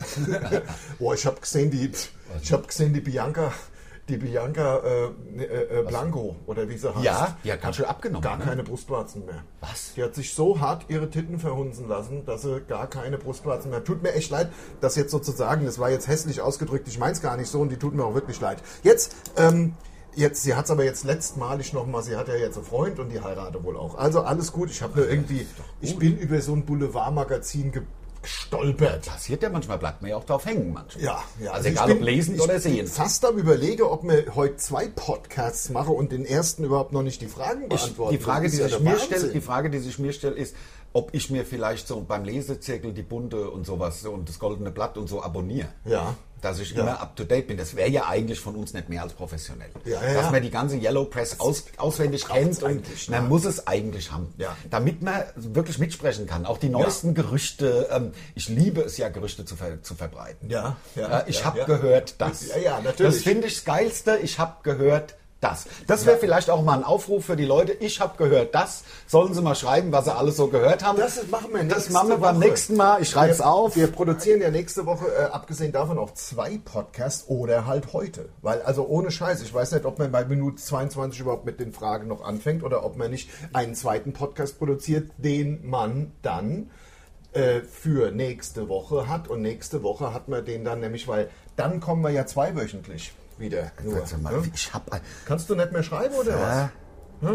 oh, ich habe gesehen, die, ich habe gesehen, die Bianca, die Bianca äh, äh, Blanco, oder wie sie heißt. Ja, die hat ganz schön abgenommen. Gar ne? keine Brustwarzen mehr. Was? Die hat sich so hart ihre Titten verhunzen lassen, dass sie gar keine Brustwarzen mehr hat. Tut mir echt leid, das jetzt sozusagen, das war jetzt hässlich ausgedrückt, ich meine es gar nicht so und die tut mir auch wirklich leid. Jetzt, ähm, jetzt sie hat es aber jetzt letztmalig nochmal, sie hat ja jetzt einen Freund und die heirate wohl auch. Also alles gut, ich habe nur irgendwie, ich bin über so ein Boulevardmagazin ge gestolpert. Passiert ja manchmal, bleibt mir ja auch drauf hängen manchmal. Ja, ja. Also ich egal bin- ob lesen ich oder bin sehen. fast am überlege, ob mir heute zwei Podcasts mache und den ersten überhaupt noch nicht die Fragen Ich, beantworten. die, Frage, Das die, ist ja sich der mir Wahnsinn. stellt, die Frage, die sich mir stellt, ist, ob ich mir vielleicht so beim Lesezirkel die Bunte und sowas und das Goldene Blatt und so abonniere. Ja. Dass ich Ja. immer up to date bin. Das wäre ja eigentlich von uns nicht mehr als professionell. Ja, ja, Dass ja. man die ganze Yellow Press aus, auswendig braucht's kennt und eigentlich, man ja. muss es eigentlich haben. Ja. Damit man wirklich mitsprechen kann. Auch die neuesten Gerüchte. Ähm, ich liebe es ja, Gerüchte zu, ver zu verbreiten. Ja, ja, Äh, ich ja, habe ja. gehört das. Ja, ja, natürlich. Das finde ich das Geilste. Ich habe gehört das. Das wäre Ja. vielleicht auch mal ein Aufruf für die Leute. Ich habe gehört das. Sollen sie mal schreiben, was sie alles so gehört haben. Das machen wir Das nächste machen wir beim Woche. nächsten Mal. Ich schreibe es Wir- auf. Wir produzieren ja nächste Woche, äh, abgesehen davon, auch zwei Podcasts oder halt heute. Weil, also ohne Scheiß, ich weiß nicht, ob man bei Minute zweiundzwanzig überhaupt mit den Fragen noch anfängt oder ob man nicht einen zweiten Podcast produziert, den man dann äh, für nächste Woche hat. Und nächste Woche hat man den dann nämlich, weil dann kommen wir ja zweiwöchentlich wieder. Nur, Warte mal, ne? ich habe Kannst du nicht mehr schreiben oder was?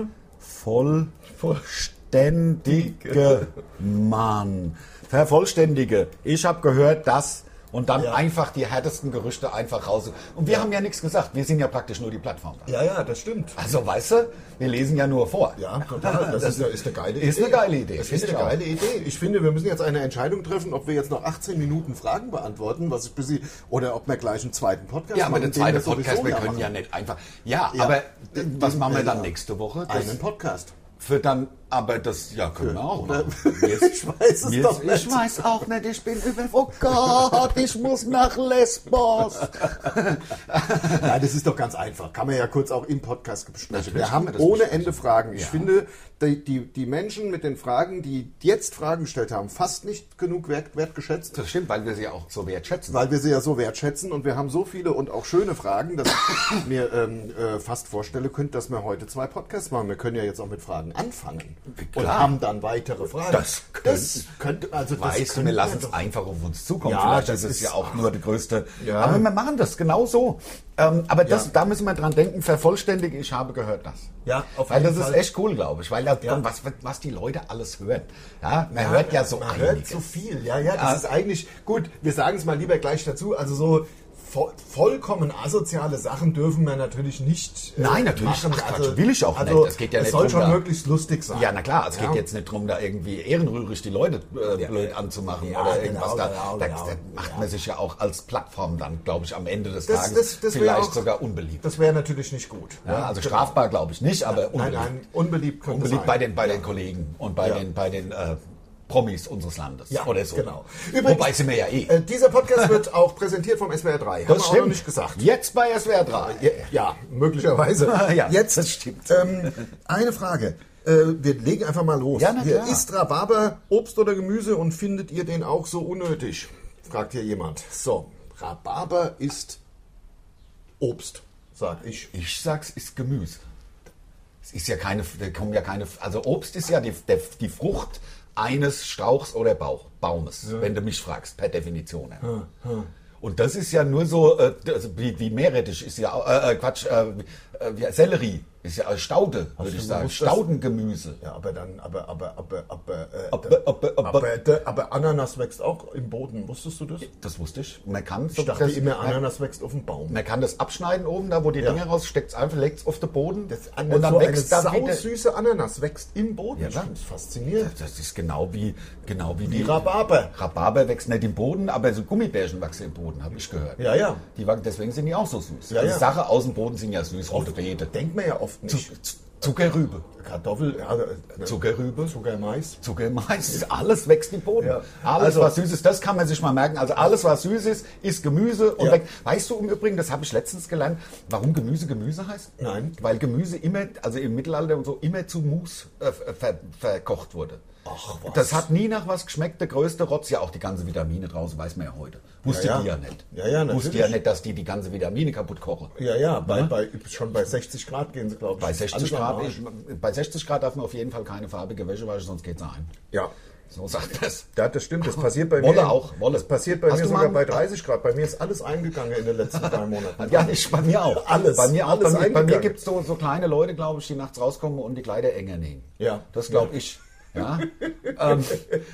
vollständige Mann. Vervollständige. Ich habe gehört das und dann Ja. einfach die härtesten Gerüchte einfach raus. Und wir haben ja nichts gesagt. Wir sind ja praktisch nur die Plattform. Ja, ja, das stimmt. Also, weißt du, wir lesen ja nur vor. Ja, total. Das, ist, eine, ist eine geile Idee. Ist eine geile Idee. Das ist Finde eine ich auch. geile Idee. Ich finde, wir müssen jetzt eine Entscheidung treffen, ob wir jetzt noch achtzehn Minuten Fragen beantworten, was ich bis sie, oder ob wir gleich einen zweiten Podcast Ja, aber der den zweite wir sowieso Podcast, wir können machen. ja nicht einfach. Ja, Ja. aber was machen wir Ja. dann nächste Woche? Das Einen Podcast. für dann, aber das, ja, können wir auch Oder- machen. Mir ist- Ich weiß es mir doch ist- nicht. Ich weiß auch nicht, ich bin über, oh Gott, ich muss nach Lesbos. Nein, das ist doch ganz einfach. Kann man ja kurz auch im Podcast besprechen. Natürlich Wir kann haben man das ohne besprechen. Ende Fragen. Ich Ja. finde, die, die, die Menschen mit den Fragen, die jetzt Fragen gestellt haben, fast nicht genug wert, wertgeschätzt. Das stimmt, weil wir sie auch so wertschätzen. Weil wir sie ja so wertschätzen und wir haben so viele und auch schöne Fragen, dass ich mir ähm, äh, fast vorstellen könnte, dass wir heute zwei Podcasts machen. Wir können ja jetzt auch mit Fragen anfangen und Klar. haben dann weitere Fragen. Das das könnte, also das Weißt du, könnte wir lassen man es doch- einfach auf uns zukommen. Ja, Vielleicht das ist es ist- ja auch nur die größte. Ja. Aber wir machen das genau so. Ähm, aber das, Ja. da müssen wir dran denken, vervollständige, ich habe gehört das. Ja, auf Weil das jeden ist Fall. echt cool, glaube ich. Weil da, Ja. was, was die Leute alles hören. Ja, man hört ja so man einiges. hört so viel. Ja, ja, das Ja. ist eigentlich gut. Wir sagen es mal lieber gleich dazu. Also so vo vollkommen asoziale Sachen dürfen wir natürlich nicht. äh, Nein, natürlich. machen. Ach, Quatsch, will ich auch also, nicht. Es geht ja nicht soll drum, schon da- möglichst lustig sein. Ja, na klar, es Ja. geht jetzt nicht darum, da irgendwie ehrenrührig die Leute äh, blöd anzumachen Ja, oder genau, irgendwas. Da, genau, da, genau. da macht Ja. man sich ja auch als Plattform dann, glaube ich, am Ende des Das- Tages das- das wär vielleicht auch- sogar unbeliebt. Das wäre natürlich nicht gut. Ja, also genau. strafbar glaube ich nicht, aber Nein, unbeliebt. nein, unbeliebt könnte Unbeliebt sein. bei den, bei Ja. den Kollegen und bei Ja. den, bei den äh, Promis unseres Landes. Ja, oder so. genau. Übrigens, wobei sind wir ja eh. Äh, dieser Podcast wird auch präsentiert vom S W R drei. Haben wir auch noch nicht gesagt. Jetzt bei S W R drei. Ja, ja möglicherweise. Ja, Jetzt, das stimmt. Ähm, eine Frage. Äh, wir legen einfach mal los. Ja, na Hier, klar. ist Rhabarber Obst oder Gemüse und findet ihr den auch so unnötig? Fragt hier jemand. So, Rhabarber ist Obst, sag ich. Ich sag's, ist Gemüse. Es ist ja keine, da kommen ja keine, also Obst ist ja die, der, die Frucht eines Strauchs oder Bauch, Baumes, ja. wenn du mich fragst, per Definition. Ja. Hm, hm. Und das ist ja nur so, äh, also wie, wie Meerrettich ist ja, äh, Quatsch, äh, äh, Sellerie ist ja Staude, würde ich sagen, Staudengemüse. Ja, aber dann, aber, aber, aber, aber, äh, aber, aber, aber, aber, der, aber Ananas wächst auch im Boden, wusstest du das? Das wusste ich. Man kann ich dachte das, immer, Ananas wächst auf dem Baum. Man kann das abschneiden oben, da wo die ja. Dinger raus, steckt es einfach, legt es auf den Boden das, und dann so wächst eine da wieder. süße Ananas wächst im Boden. Ja, ich finde es faszinierend. Das ist genau wie, genau wie, wie die Rhabarber. Rhabarber wächst nicht im Boden, aber so Gummibärchen wachsen im Boden, habe ich gehört. Ja, ja. Die wachsen, deswegen sind die auch so süß. Ja, also ja. Sache aus dem Boden sind ja süß, rote Beete. Denkt man ja oft nicht. Z- Zuckerrübe. Kartoffel, ja, äh, Zuckerrübe. Zuckermais. Zuckermais, alles wächst im Boden. Ja. Alles, Also- was süß ist, das kann man sich mal merken. Also alles, was süß ist, ist Gemüse und Ja. wächst. Weißt du im Übrigen, das habe ich letztens gelernt, warum Gemüse Gemüse heißt? Nein. Weil Gemüse immer, also im Mittelalter und so, immer zu Mousse äh, ver, verkocht wurde. Ach, was. Das hat nie nach was geschmeckt, der größte Rotz. Ja, auch die ganze Vitamine draußen, weiß man ja heute. Wusste Ja, ja. die ja nicht. Ja, ja, Wusste natürlich. ja nicht, dass die die ganze Vitamine kaputt kochen. Ja, ja, bei, Ja. bei, schon bei sechzig Grad gehen sie, glaube ich. Bei sechzig, Alles am Grad, Arsch. bei sechzig Grad darf man auf jeden Fall keine farbige Wäsche waschen, sonst geht's ein. Ja. So sagt das. Ja, das stimmt. Das passiert bei Wolle mir. auch, Wolle. Das passiert bei Hast mir du sogar mal- bei dreißig Grad. Bei mir ist alles eingegangen in den letzten drei Monaten. Ja, ich, bei mir auch. Alles, Bei mir auch. alles Bei mir, bei mir eingegangen. gibt es so, so kleine Leute, glaube ich, die nachts rauskommen und die Kleider enger nähen. Ja. Das glaube ich. Ja. ähm,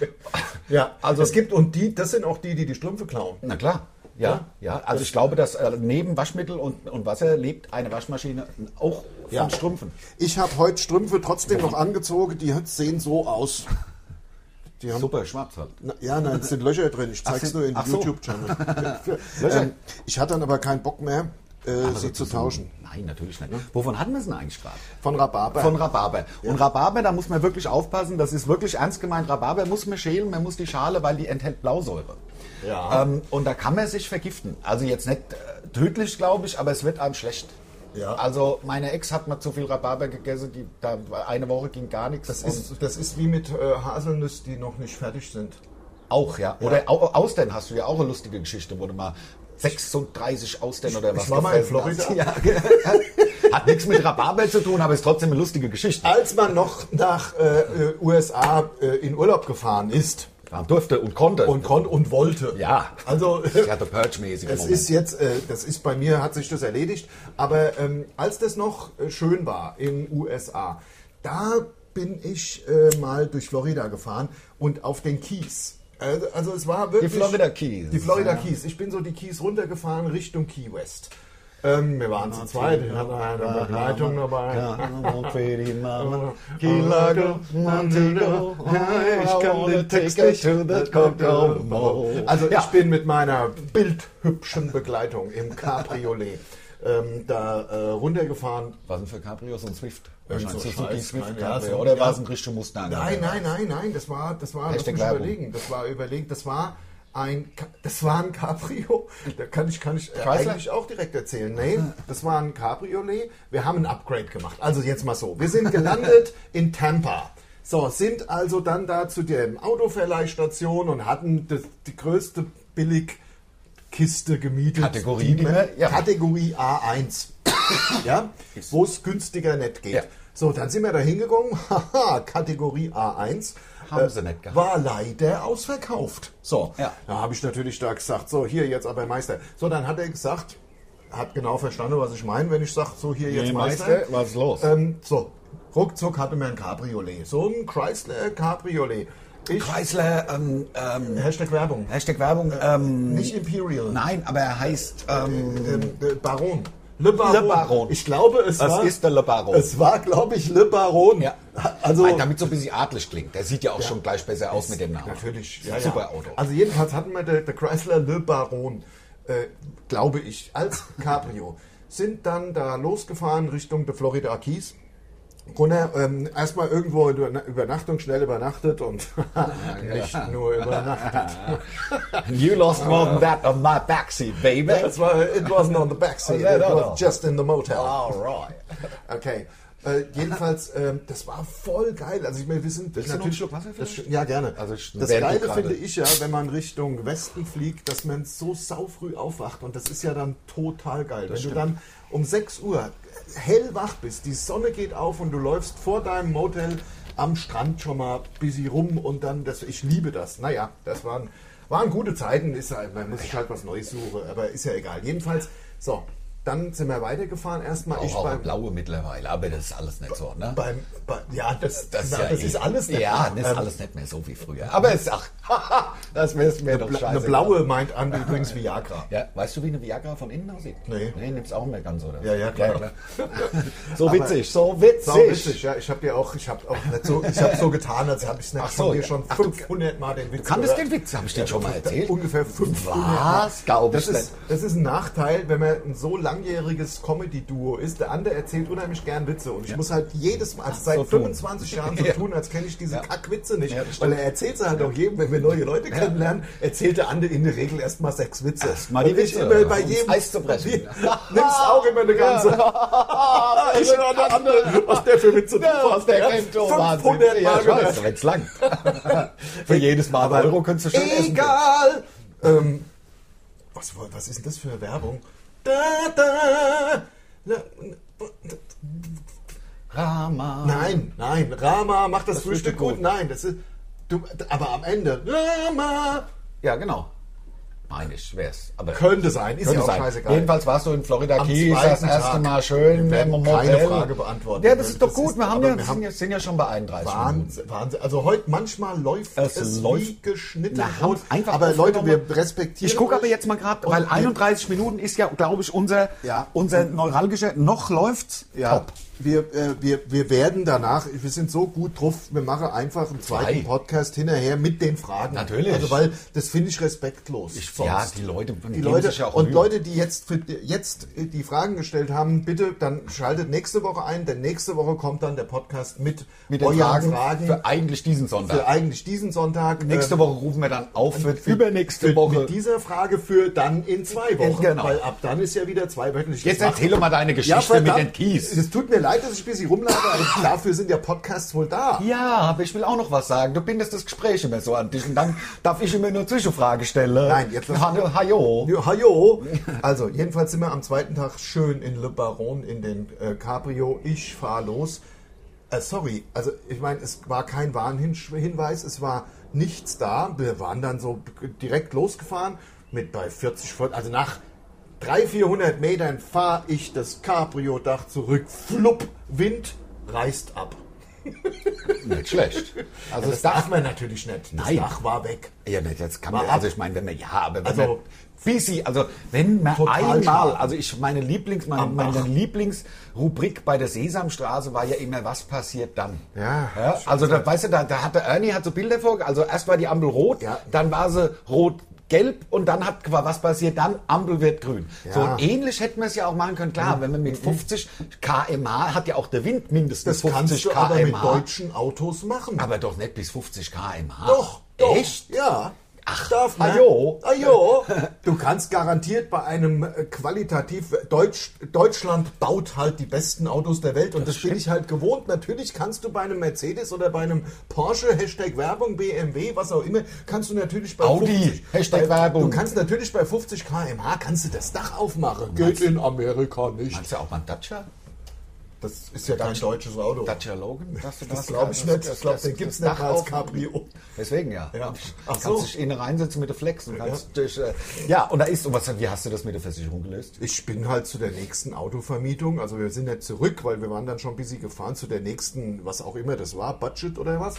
Ja, Also- also es gibt, und die, das sind auch die, die die Strümpfe klauen. na klar. Ja, ja. Also ich glaube, dass äh, neben Waschmittel und, und Wasser lebt eine Waschmaschine auch von Ja. Strümpfen. Ich habe heute Strümpfe trotzdem noch angezogen, die sehen so aus. Die haben, Super, schwarz halt. Na, ja, nein, es sind Löcher drin. Ich zeig's sind- nur in ach so. YouTube-Channel. Löcher? ähm, ich hatte dann aber keinen Bock mehr, äh, sie zu tauschen. Nein, natürlich nicht. Wovon hatten wir es denn eigentlich gerade? Von Rhabarber. Von Rhabarber. Und Rhabarber, da muss man wirklich aufpassen, das ist wirklich ernst gemeint. Rhabarber muss man schälen, man muss die Schale, weil die enthält Blausäure. Ja. Ähm, und da kann man sich vergiften. Also jetzt nicht äh, tödlich, glaube ich, aber es wird einem schlecht. Ja. Also meine Ex hat mal zu viel Rhabarber gegessen, die, da, eine Woche ging gar nichts. Das Und ist, das ist wie mit äh, Haselnüsse, die noch nicht fertig sind. auch, ja. Oder Au- Austern hast du ja auch eine lustige Geschichte, wo du mal sechsunddreißig Austern oder was ich war mal in gefressen Florida. hast. Ja. Hat nichts mit Rhabarber zu tun, aber ist trotzdem eine lustige Geschichte. Als man noch nach äh, U S A äh, in Urlaub gefahren ist Man durfte und konnte. und konnte und wollte. Ja. Also Ich hatte Purge-mäßig. es ist jetzt, äh, das ist bei mir, hat sich das erledigt. Aber ähm, als das noch äh, schön war in U S A, da bin ich äh, mal durch Florida gefahren und auf den Keys. Also, also es war wirklich... Die Florida Keys. Die Florida Ja. Keys. Ich bin so die Keys runtergefahren Richtung Key West. Ähm, wir waren zu zweit, ich hatte eine Begleitung dabei. Key Largo, Montego, ich kann den Text nicht. Also ich Ja. bin mit meiner bildhübschen Begleitung im Cabriolet ähm, da äh, runtergefahren. Was denn für Cabrios und Swift? Irgend Wahrscheinlich so Suzuki Scheiß, Swift keine- ja, Cabrio. so- Oder ja. war es ein richtiger Mustang? Nein, nein, nein, nein, das war, das war, lass Hashtag mich Werbung. überlegen, das war überlegt, das war ein, Ca- das war ein Cabrio, da kann ich, kann ich äh, Chrysler? eigentlich auch direkt erzählen. Nee, das war ein Cabriolet, wir haben ein Upgrade gemacht. Also jetzt mal so, wir sind gelandet in Tampa. So, sind also dann da zu der Autoverleihstation und hatten das, die größte Billigkiste gemietet. Kategorie, die man- ne? Ja. Kategorie A eins. Ja, wo es günstiger nicht geht. Ja. So, dann sind wir da hingegangen. Haha, Kategorie A eins. Haben sie nicht gehabt. War leider ausverkauft. So, Ja. da habe ich natürlich da gesagt, so, hier jetzt aber Meister. So, dann hat er gesagt, hat genau verstanden, was ich meine, wenn ich sage, so, hier jetzt Hey, Meister. Meister, was ist los? Ähm, so, ruckzuck hatte mir ein Cabriolet. So ein Chrysler Cabriolet. Ich, Chrysler, ähm, ähm, Hashtag Werbung. Hashtag Werbung, ähm, Nicht Imperial. nein, aber er heißt, ähm, Ähm, äh, Baron. Le Baron. Le Baron. Ich glaube, es Was war... ist der Le Baron? Es war, glaube ich, Le Baron. ja. Also... Weil damit so ein bisschen adlig klingt. Der sieht ja auch schon gleich besser aus mit dem Namen. Natürlich, Ist ja, ein ja. super Auto. Also jedenfalls hatten wir der, der Chrysler Le Baron, äh, glaube ich, als Cabrio. Sind dann da losgefahren Richtung der Florida Keys. Gunnar, ähm, erstmal irgendwo in der Übernachtung schnell übernachtet und nicht nur übernachtet. You lost more than that on my backseat, baby. Das war, it wasn't on the backseat, Oh, no, it no, was no. just in the motel. All right. Okay. Äh, jedenfalls, ähm, das war voll geil. Also ich meine, wir sind Willst du noch einen Schluck Wasser das, vielleicht? ja, gerne. Also ich- das während du Geile gerade- finde ich ja, wenn man Richtung Westen fliegt, dass man so saufrüh aufwacht und das ist ja dann total geil. wenn stimmt. du dann um sechs Uhr hellwach bist, die Sonne geht auf und du läufst vor deinem Motel am Strand schon mal busy rum und dann, das, ich liebe das. Naja, das waren, waren gute Zeiten, ist halt, man muss sich halt was Neues suchen, aber ist ja egal. Jedenfalls, so, dann sind wir weitergefahren erstmal. Auch, Ich auch beim, blaue mittlerweile, aber das ist alles nicht so, ne? beim, bei, ja, das, das, ist, na, ja das eh- ist alles nicht Ja, mehr. das ist Ähm, alles nicht mehr so wie früher. Aber es ist, ach, haha, das wäre mir doch Bla- scheiße. Eine blaue meint an übrigens Viagra. Ja, weißt du, wie eine Viagra von innen aussieht? Nee. Nee, nimmt's auch mehr ganz, oder? Ja, ja, klar. So Aber- witzig, so witzig. Sau witzig, ja. Ich habe ja auch, ich habe auch nicht so, ich habe so getan, als habe ich es nicht Ach so, von dir ja. schon Ach, du- fünfhundert Mal den Witz Du kanntest gehört. den Witz, habe ich dir schon mal erzählt? Ungefähr fünfhundert Mal. Was? Glaub ich das ist, nicht. das ist ein Nachteil, wenn man ein so langjähriges Comedy-Duo ist. Der andere erzählt unheimlich gern Witze und ich muss halt jedes Mal, also seit so tun. fünfundzwanzig Jahren so Ja. tun, als kenne ich diese Ja. Kackwitze nicht. Ja, das weil er erzählt sie halt auch jedem, wenn wir neue Leute kennenlernen, erzählt der andere in der Regel erst mal sechs Witze. mal die Und ich Witze, immer bei um's jedem Eis zu brechen. nimmst auch immer eine ganze. Ich höre der andere, was der für Witze Ja, drauf was der hat. kennt, oh, fünfhundert Wahnsinn. Ja, Mal ich weiß, gehört. aber jetzt lang. Für jedes Mal einen Euro könntest du schön essen. Egal. Ähm, was, was ist denn das für eine Werbung? Da, da, la, Rama. nein, nein, Rama macht das, Das Frühstück Frühstück gut. gut. Nein, das ist. Du, aber am Ende. Rama. Ja, genau. Meine ich, wär's. Aber Könnte sein, ist könnte ja auch sein. scheißegal. Jedenfalls warst du in Florida Am Keys das zweiten erste Tag. Mal schön Wir werden im keine Motel. Frage beantworten. Ja, das ist doch Das gut. ist- Wir, haben aber ja, wir sind, ja, sind ja schon bei einunddreißig Minuten. Wahnsinn, Wahnsinn. Also heute manchmal läuft Es es, läuft- wie geschnitten. Na, haben Brot. einfach aber Leute, wir aufgenommen. respektieren. Ich gucke aber euch. jetzt mal gerade, Und weil wir- einunddreißig Minuten ist ja, glaube ich, unser, Ja. unser neuralgischer, noch läuft's Ja, top. wir, äh, wir, wir werden danach, wir sind so gut drauf, wir machen einfach einen zweiten Zwei. Podcast hinterher mit den Fragen. Natürlich. Also, weil das finde ich respektlos. Ich, sonst. ja, die Leute, die geben Leute sich ja auch und Mühe. Leute, die jetzt für, jetzt die Fragen gestellt haben, bitte dann schaltet nächste Woche ein, denn nächste Woche kommt dann der Podcast mit, mit den euren Fragen, Fragen für eigentlich diesen Sonntag. für eigentlich diesen Sonntag. Nächste Ähm, Woche rufen wir dann auf für, für- übernächste für, Woche. Mit dieser Frage für dann in zwei Wochen, Genau. weil ab dann ist ja wieder zweiwöchentlich. Jetzt Das macht- erzähl doch mal deine Geschichte mit den Keys. Es tut mir leid, dass ich ein bisschen rumlabe, aber dafür sind ja Podcasts wohl da. Ja, aber ich will auch noch was sagen. Du bindest das Gespräch immer so an dich und dann darf ich immer nur Zwischenfrage stellen. Nein, jetzt lass- Hallo, hallo. Ja, hallo. Also, jedenfalls sind wir am zweiten Tag schön in Le Baron in den äh, Cabrio. Ich fahre los. Äh, sorry, also ich meine, es war kein Warnhinweis, es war nichts da. Wir waren dann so direkt losgefahren mit bei vierzig, also nach dreihundert, vierhundert Metern fahre ich das Cabrio-Dach zurück. Flupp, Wind reißt ab. Nicht schlecht. Also Das darf man natürlich nicht. Das Nein. Dach war weg. Ja, nicht, jetzt kann man, Mal ab. also ich meine, wenn man, ja, aber wenn Also- man, busy, also wenn man Total einmal, schade. also ich, meine Lieblings, meine, Am meine Bach. Lieblingsrubrik bei der Sesamstraße war ja immer, was passiert dann? Ja, also da, weißt du, da, da hatte Ernie hat so Bilder vor, also erst war die Ampel rot, Ja. dann war sie rot, gelb und dann hat, was passiert dann? Ampel wird grün. Ja. So und ähnlich hätten wir es ja auch machen können. Klar, wenn man mit fünfzig Kilometer pro Stunde, hat ja auch der Wind mindestens Das kannst fünfzig du aber mit Kilometer pro Stunde. deutschen Autos machen. Aber doch nicht bis fünfzig Kilometer pro Stunde. Doch, doch. Echt? Ja. Ach, darf man. ajo. Ajo. Du kannst garantiert bei einem äh, qualitativ, Deutsch, Deutschland baut halt die besten Autos der Welt und das, bin ich halt gewohnt. Natürlich kannst du bei einem Mercedes oder bei einem Porsche, Hashtag Werbung, B M W, was auch immer, kannst du natürlich bei Audi, fünfzig, Hashtag bei, Werbung. Du kannst natürlich bei fünfzig Kilometer pro Stunde kannst du das Dach aufmachen. Geht in Amerika nicht. Meinst du auch mal einen Dacia? Das ist ja kein deutsches Auto. Dacia Logan? Dass du Das glaube ich nicht. Ich glaube, den gibt es nicht mal als Cabrio. Deswegen ja. Ja. Ach Kannst so. dich innen reinsetzen mit der Flex und kannst dich, äh, ja, und da ist sowas. Wie hast du das mit der Versicherung gelöst? Ich bin halt zu der nächsten Autovermietung, also wir sind nicht zurück, weil wir waren dann schon ein bisschen gefahren zu der nächsten, was auch immer das war, Budget oder was.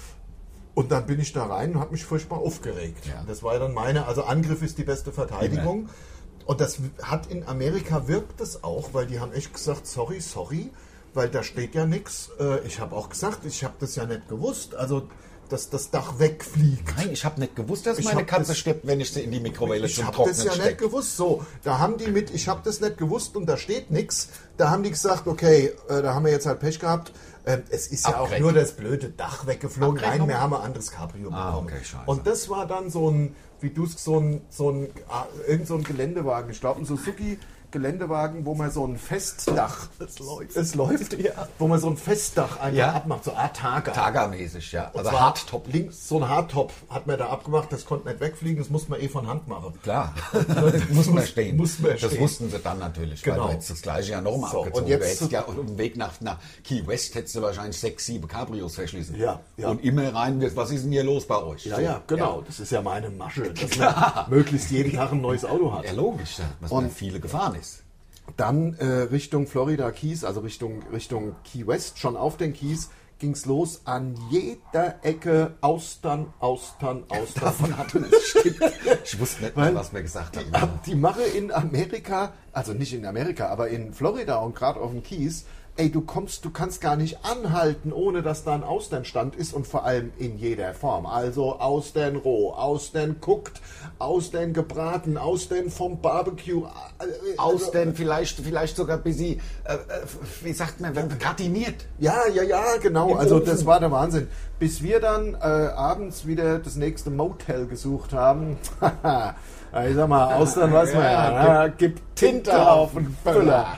Und dann bin ich da rein und habe mich furchtbar aufgeregt. Ja. Das war dann meine, also Angriff ist die beste Verteidigung. Und das hat in Amerika wirkt es auch, weil die haben echt gesagt, sorry, sorry, weil da steht ja nichts. Ich habe auch gesagt, ich habe das ja nicht gewusst. Also dass das Dach wegfliegt. Nein, ich habe nicht gewusst, dass Ich meine hab Katze das- stirbt, wenn ich sie in die Mikrowelle Ich zum habe Trocknen das ja stecke. nicht gewusst. So, da haben die mit, ich habe das nicht gewusst und da steht nichts. Da haben die gesagt, okay, äh, da haben wir jetzt halt Pech gehabt. Ähm, es ist ja auch Abrechnung. nur das blöde Dach weggeflogen. Nein, Abrechnung? wir haben ein anderes Cabrio Ah, bekommen. okay, scheiße. Und das war dann so ein, wie du es so ein, so ein, ah, irgend so ein Geländewagen. Ich glaube, ein Suzuki Geländewagen, wo man so ein Festdach, es läuft, es läuft, ja. wo man so ein Festdach einfach Ja. abmacht, so Art Targa. Tagermäßig, ja. Und Also zwar Hardtop. links, so ein Hardtop hat man da abgemacht, das konnte nicht wegfliegen, das musste man eh von Hand machen. Klar, muss man stehen. Muss man das stehen. wussten sie dann natürlich, Genau. weil du hättest das gleiche ja nochmal So, abgezogen. und jetzt du hättest zu- ja auf dem Weg nach, nach Key West hättest du wahrscheinlich sechs, sieben Cabrios verschließen. Ja, ja. Und immer rein, was ist denn hier los bei euch? Ja, So, ja, genau. Das ist ja meine Masche, dass man möglichst jeden Tag ein neues Auto hat. Ja, logisch, ja, was man viele gefahren ist. Dann äh, Richtung Florida Keys, also Richtung, Richtung Key West, schon auf den Keys ging es los. An jeder Ecke Austern, Austern, Austern. Davon hatte es stimmt. Ich wusste nicht mehr, Weil was wir gesagt Die, haben. die Mache in Amerika, also nicht in Amerika, aber in Florida und gerade auf den Keys, ey, du kommst, du kannst gar nicht anhalten, ohne dass da ein Austernstand ist und vor allem in jeder Form. Also Austern roh, Austern guckt, Austern gebraten, Austern vom Barbecue. äh, Aus also- denn vielleicht, vielleicht sogar ein bisschen, äh, äh, wie sagt man, wenn gratiniert. Ja, ja, ja, genau. Im Also Ofen. das war der Wahnsinn. Bis wir dann äh, abends wieder das nächste Motel gesucht haben. Ich sag mal, Austern weiß man ja. ja gibt Tinte auf den Füller.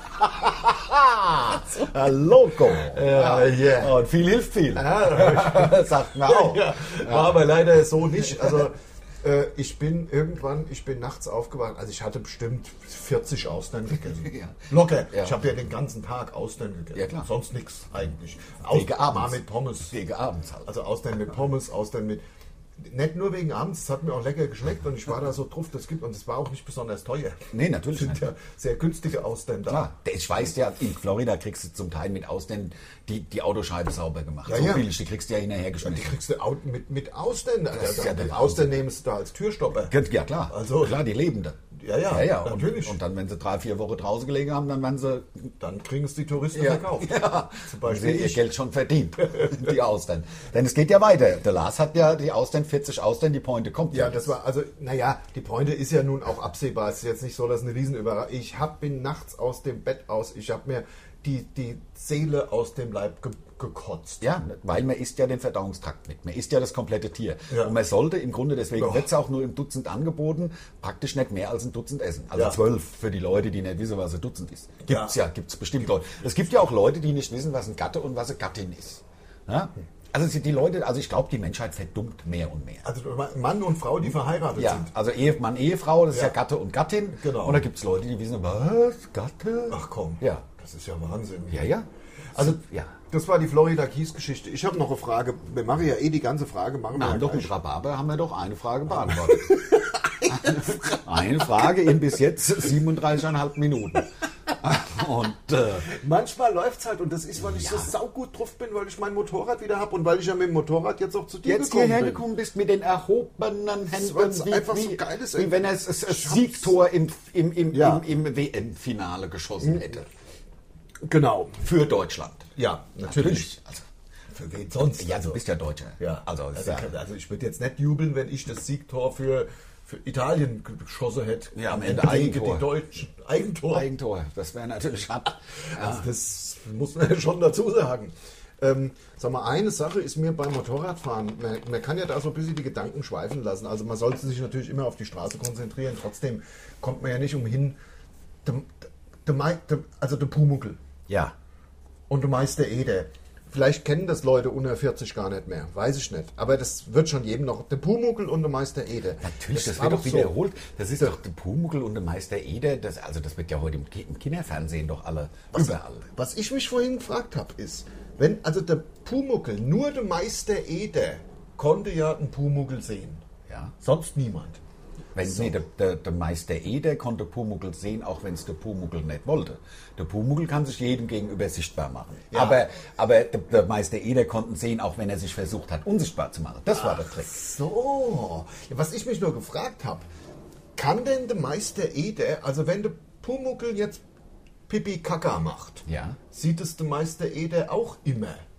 Ah, Loco. Ja, yeah. Und viel hilft viel. Sagt man auch. Ja, war aber leider so nicht. Also äh, ich bin irgendwann, ich bin nachts aufgewacht. Also ich hatte bestimmt vierzig Austern gegessen. Ja. Locker. Ja. Ich habe ja den ganzen Tag Austern gegessen. Ja, klar. Sonst nichts eigentlich. Wegen Austern abends. mal mit Pommes. Gegen abends halt. Also Austern mit Pommes, Austern mit... Nicht nur wegen abends, es hat mir auch lecker geschmeckt und ich war da so drauf, das gibt und es war auch nicht besonders teuer. Nee, natürlich sind nicht. ja sehr günstige Austern da. Klar, ich weiß ja, in Florida kriegst du zum Teil mit Austern die, die Autoscheibe sauber gemacht. Ja, so ja. billig, die kriegst du ja hinterher Die geschmissen. kriegst du au- mit, mit Austern. ist ja der Den Wahnsinn. Austern nehmen sie da als Türstopper. Ja, klar. Also- klar, die leben da. Ja, ja, ja, ja. Und, natürlich. Und dann, wenn sie drei, vier Wochen draußen gelegen haben, dann werden sie, Dann kriegen es die Touristen ja, verkauft. ja, Zum haben sie Beispiel ihr ich. Geld schon verdient, die Austern. Denn es geht ja weiter. Der Lars hat ja die Austern, vierzig Austern, die Pointe kommt Ja, das war, also, naja, die Pointe ist ja nun auch absehbar. Es ist jetzt nicht so, dass eine Riesenüberraschung. Ich hab, bin nachts aus dem Bett aus, ich habe mir die, die Seele aus dem Leib ge gekotzt. Ja, weil man isst ja den Verdauungstrakt mit. Man isst ja das komplette Tier. Ja. Und man sollte im Grunde, deswegen Ja. wird es auch nur im Dutzend angeboten, praktisch nicht mehr als ein Dutzend essen. Also Ja. zwölf für die Leute, die nicht wissen, was ein Dutzend ist. Gibt's ja, Ja. gibt's bestimmt Leute. Es gibt ja auch Leute, die nicht wissen, was ein Gatte und was eine Gattin ist. Ja? Also die Leute, also ich glaube, die Menschheit verdummt mehr und mehr. Also Mann und Frau, die verheiratet Ja, sind. also Ehemann, Ehefrau, das ist ja Ja. Gatte und Gattin. Genau. Und da gibt es Leute, die wissen, was, Gatte? Ach komm, Ja. das ist ja Wahnsinn. Ja, ja. Also, ja. das war die Florida Keys Geschichte. Ich habe noch eine Frage. Wir machen ja eh die ganze Frage. Machen Wir wir haben ja doch mit gleich. Rhabarber haben wir doch eine Frage beantwortet. Eine Frage in bis jetzt siebenunddreißig Komma fünf Minuten. Und äh, Manchmal läuft es halt und das ist, weil ich Ja. so saugut drauf bin, weil ich mein Motorrad wieder habe und weil ich ja mit dem Motorrad jetzt auch zu dir jetzt gekommen hierher bin. gekommen bist mit den erhobenen weil's Händen, wie, einfach wie, so geil ist, wie ey. wenn er es, es, es Ich hab's- Siegtor im, im, im, Ja. im, im W M-Finale geschossen hätte. Genau. Für Deutschland. Ja, Natürlich. Also, Für wen sonst? ja, du bist ja Deutscher. Ja, Also, also, ist ja, also ich würde jetzt nicht jubeln, wenn ich das Siegtor für, für Italien geschossen hätte. Ja, am Ende gegen Eigentor. die Deutschen. Eigentor. Eigentor. Das wäre natürlich hart. Also das muss man ja schon dazu sagen. Ähm, sag mal, eine Sache ist mir beim Motorradfahren, man, man kann ja da so ein bisschen die Gedanken schweifen lassen. Also man sollte sich natürlich immer auf die Straße konzentrieren. Trotzdem kommt man ja nicht umhin, dem, dem, dem, also der Pumuckl Ja. und der Meister Eder. Vielleicht kennen das Leute unter vierzig gar nicht mehr, weiß ich nicht. Aber das wird schon jedem noch. Der Pumuckl und der Meister Eder. Natürlich, das, war wird doch so. wiederholt. Das ist doch der Pumuckl und der Meister Eder. Das, also das wird ja heute im, Ki- im Kinderfernsehen doch alle überall. Was ich mich vorhin gefragt habe, ist, wenn also der Pumuckl, nur der Meister Eder konnte ja den Pumuckl sehen. Ja. Sonst niemand. Wenn, nee, der, der, der Meister Eder konnte Pumuckl sehen, auch wenn es der Pumuckl nicht wollte. Der Pumuckl kann sich jedem gegenüber sichtbar machen. Ja. Aber, aber der, der Meister Eder konnte ihn sehen, auch wenn er sich versucht hat, unsichtbar zu machen. Das war der Trick. So, ja, was ich mich nur gefragt habe, kann denn der Meister Eder, also wenn der Pumuckl jetzt Pipi Kaka macht, Ja. sieht es der Meister Eder auch immer?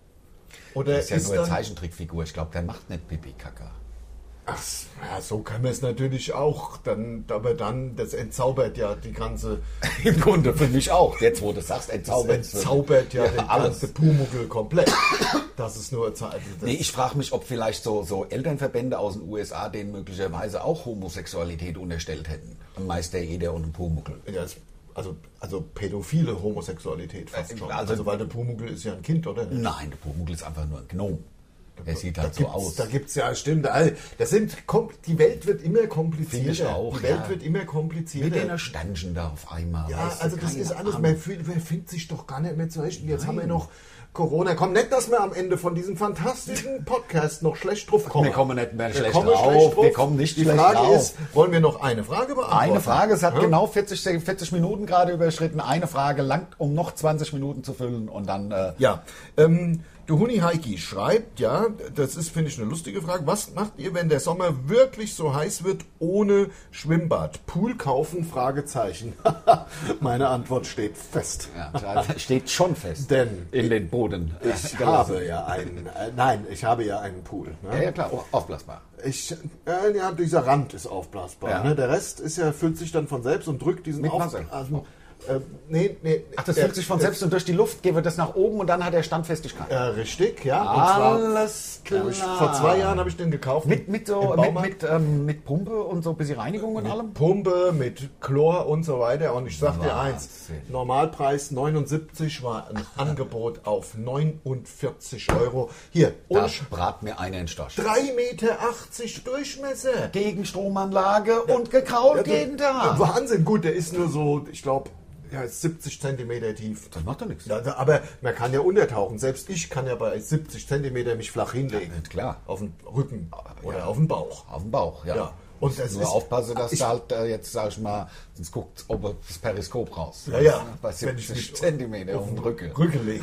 Oder Das ist ja ist nur eine dann, Zeichentrickfigur. Ich glaube, der macht nicht Pipi-Kaka. ach, ja, so kann man es natürlich auch. Dann, aber dann, das entzaubert ja die ganze, Im Grunde für mich auch. Jetzt, wo du sagst, das entzaubert. entzaubert ja, Ja, den alles. ganzen Pumuckl komplett. Das ist nur Zeit. Nee, ich frage mich, ob vielleicht so, so Elternverbände aus den U S A denen möglicherweise auch Homosexualität unterstellt hätten. Ein Meister Eder und ein Pumuckl. Ja, das- also, also pädophile Homosexualität fast Äh, schon. also- Also, weil der Pumuckl ist ja ein Kind, oder? Nein, der Pumuckl ist einfach nur ein Gnom. Er sieht halt da so gibt's, aus. Da gibt's ja, stimmt. all- Das sind, kom- die Welt wird immer komplizierter. Finde ich auch, die Welt ja. wird immer Mit komplizierter. den Sternchen da auf einmal. Ja, weißt du, also das keine ist alles, Ahnung. man, fühlt, man findet sich doch gar nicht mehr zurecht. Und jetzt haben wir noch Corona. Komm, nicht, dass wir am Ende von diesem fantastischen Podcast noch schlecht drauf kommen. Wir kommen nicht mehr Wir schlecht kommen drauf. schlecht drauf. Wir kommen nicht Die schlecht Frage drauf. ist, wollen wir noch eine Frage beantworten? Eine Frage, es hat Ja? genau vierzig, vierzig Minuten gerade überschritten. Eine Frage langt, um noch zwanzig Minuten zu füllen und dann... Äh, Ja, ähm, der Huni Heiki schreibt, ja, das ist, finde ich, eine lustige Frage. Was macht ihr, wenn der Sommer wirklich so heiß wird, ohne Schwimmbad? Pool kaufen? Fragezeichen. Meine Antwort steht fest. ja, da steht schon fest. Denn in den Boden. äh, Ich gelassen. habe ja einen, äh, nein, ich habe ja einen Pool. Ne? Ja, ja, klar, oh, aufblasbar. Ich, äh, ja, dieser Rand ist aufblasbar. Ja. Ne? Der Rest ist ja, füllt sich dann von selbst und drückt diesen Mit auf. Wasser. Also, äh, nee, nee. Ach, das der- füllt sich von selbst und durch die Luft geht das nach oben und dann hat er Standfestigkeit. Äh, richtig, ja. Alles Und zwar, hab ich, vor zwei Jahren habe ich den gekauft. Mit, mit, so, im mit, Baumarkt. mit, ähm, mit Pumpe und so ein bisschen Reinigung und allem? Pumpe, mit Chlor und so weiter. Und ich sag dir eins, Wahnsinn. Normalpreis neunundsiebzig war ein Angebot auf neunundvierzig Euro. Hier, Da und brat mir einer in den Storch. drei Meter achtzig Durchmesser. Gegenstromanlage und gekrault Ja, jeden Tag. Wahnsinn, gut, der ist nur so, ich glaube, ja, ist siebzig Zentimeter tief. Das macht doch nichts. Ja, aber man kann ja untertauchen. Selbst ich kann ja bei siebzig Zentimeter mich flach hinlegen. Ja, klar. Auf den Rücken oder Ja. auf den Bauch. Auf dem Bauch, ja. Ja. Und das Nur ist- aufpassen, dass ich- du halt äh, jetzt, sag ich mal, sonst guckt ob das Periskop raus. Ja, ja. Bei Wenn ich siebzig mich Zentimeter auf dem Rücken. Rücken legen.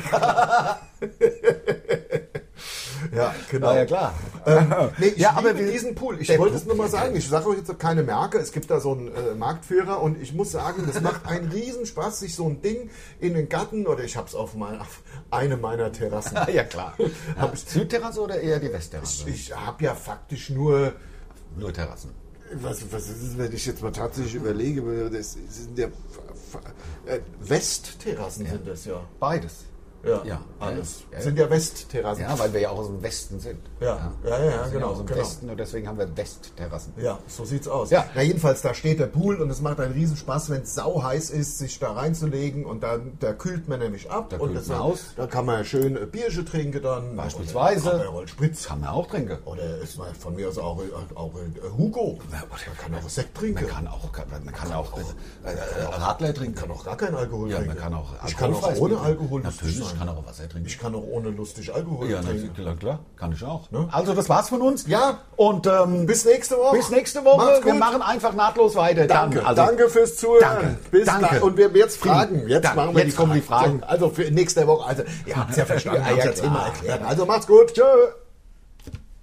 Ja, genau. Ah, ja, klar. Ähm, nee, ich Ja, liebe aber wir- diesen Pool. Ich der wollte Pool- es nur mal sagen. Ich sage euch jetzt keine Marke. Es gibt da so einen äh, Marktführer und ich muss sagen, das macht einen Riesenspaß, sich so ein Ding in den Garten oder ich habe es auf, mein, auf eine meiner Terrassen. Ja, klar. Ja. Hab ich- Südterrasse oder eher die Westterrasse? Ich habe ja faktisch nur, Nur Terrassen. was, was ist es, wenn ich jetzt mal tatsächlich überlege, das sind ja äh, Westterrassen sind das ja. Beides. Ja, Ja, alles. ja, ja. Sind ja Westterrassen. Ja, weil wir ja auch aus dem Westen sind. Ja, ja, ja, ja, Wir sind genau, aus dem genau. Westen und deswegen haben wir Westterrassen. Ja, so sieht's aus. Ja. Na jedenfalls, da steht der Pool und es macht einen Riesenspaß, wenn es sau heiß ist, sich da reinzulegen und dann, da kühlt man nämlich ab. Da und kühlt das man dann- aus. Da kann man schön äh, Bierchen trinken dann. Beispielsweise. Oder Aperol Spritz. Kann man auch trinken. Oder ist mal von mir aus auch, äh, auch äh, Hugo. Man kann auch Sekt trinken. Man kann auch, man kann auch äh, äh, Radler trinken. Man kann auch gar keinen Alkohol Ja, trinken. man kann auch ich kann auch alkoholfreies ohne Bier Alkohol trinken. lustig Natürlich, ich sein. kann auch Wasser trinken. Ich kann auch ohne lustig Alkohol Ja, trinken. natürlich, klar, kann ich auch. Ne? Also das war's von uns. Ja. Und ähm, Bis nächste Woche. bis nächste Woche. Macht's Wir gut. machen einfach nahtlos weiter. Danke, Dann, also, danke fürs Zuhören. Danke, Bis danke. dann. Und wir jetzt Fragen. Vielen Jetzt Dank. machen wir Jetzt die kommen die Fragen. Fragen. Also für nächste Woche. Also ihr habt es ja verstanden, Ja, ich hab's ja, ja zehnmal klar. erklärt. Also macht's gut. Tschö.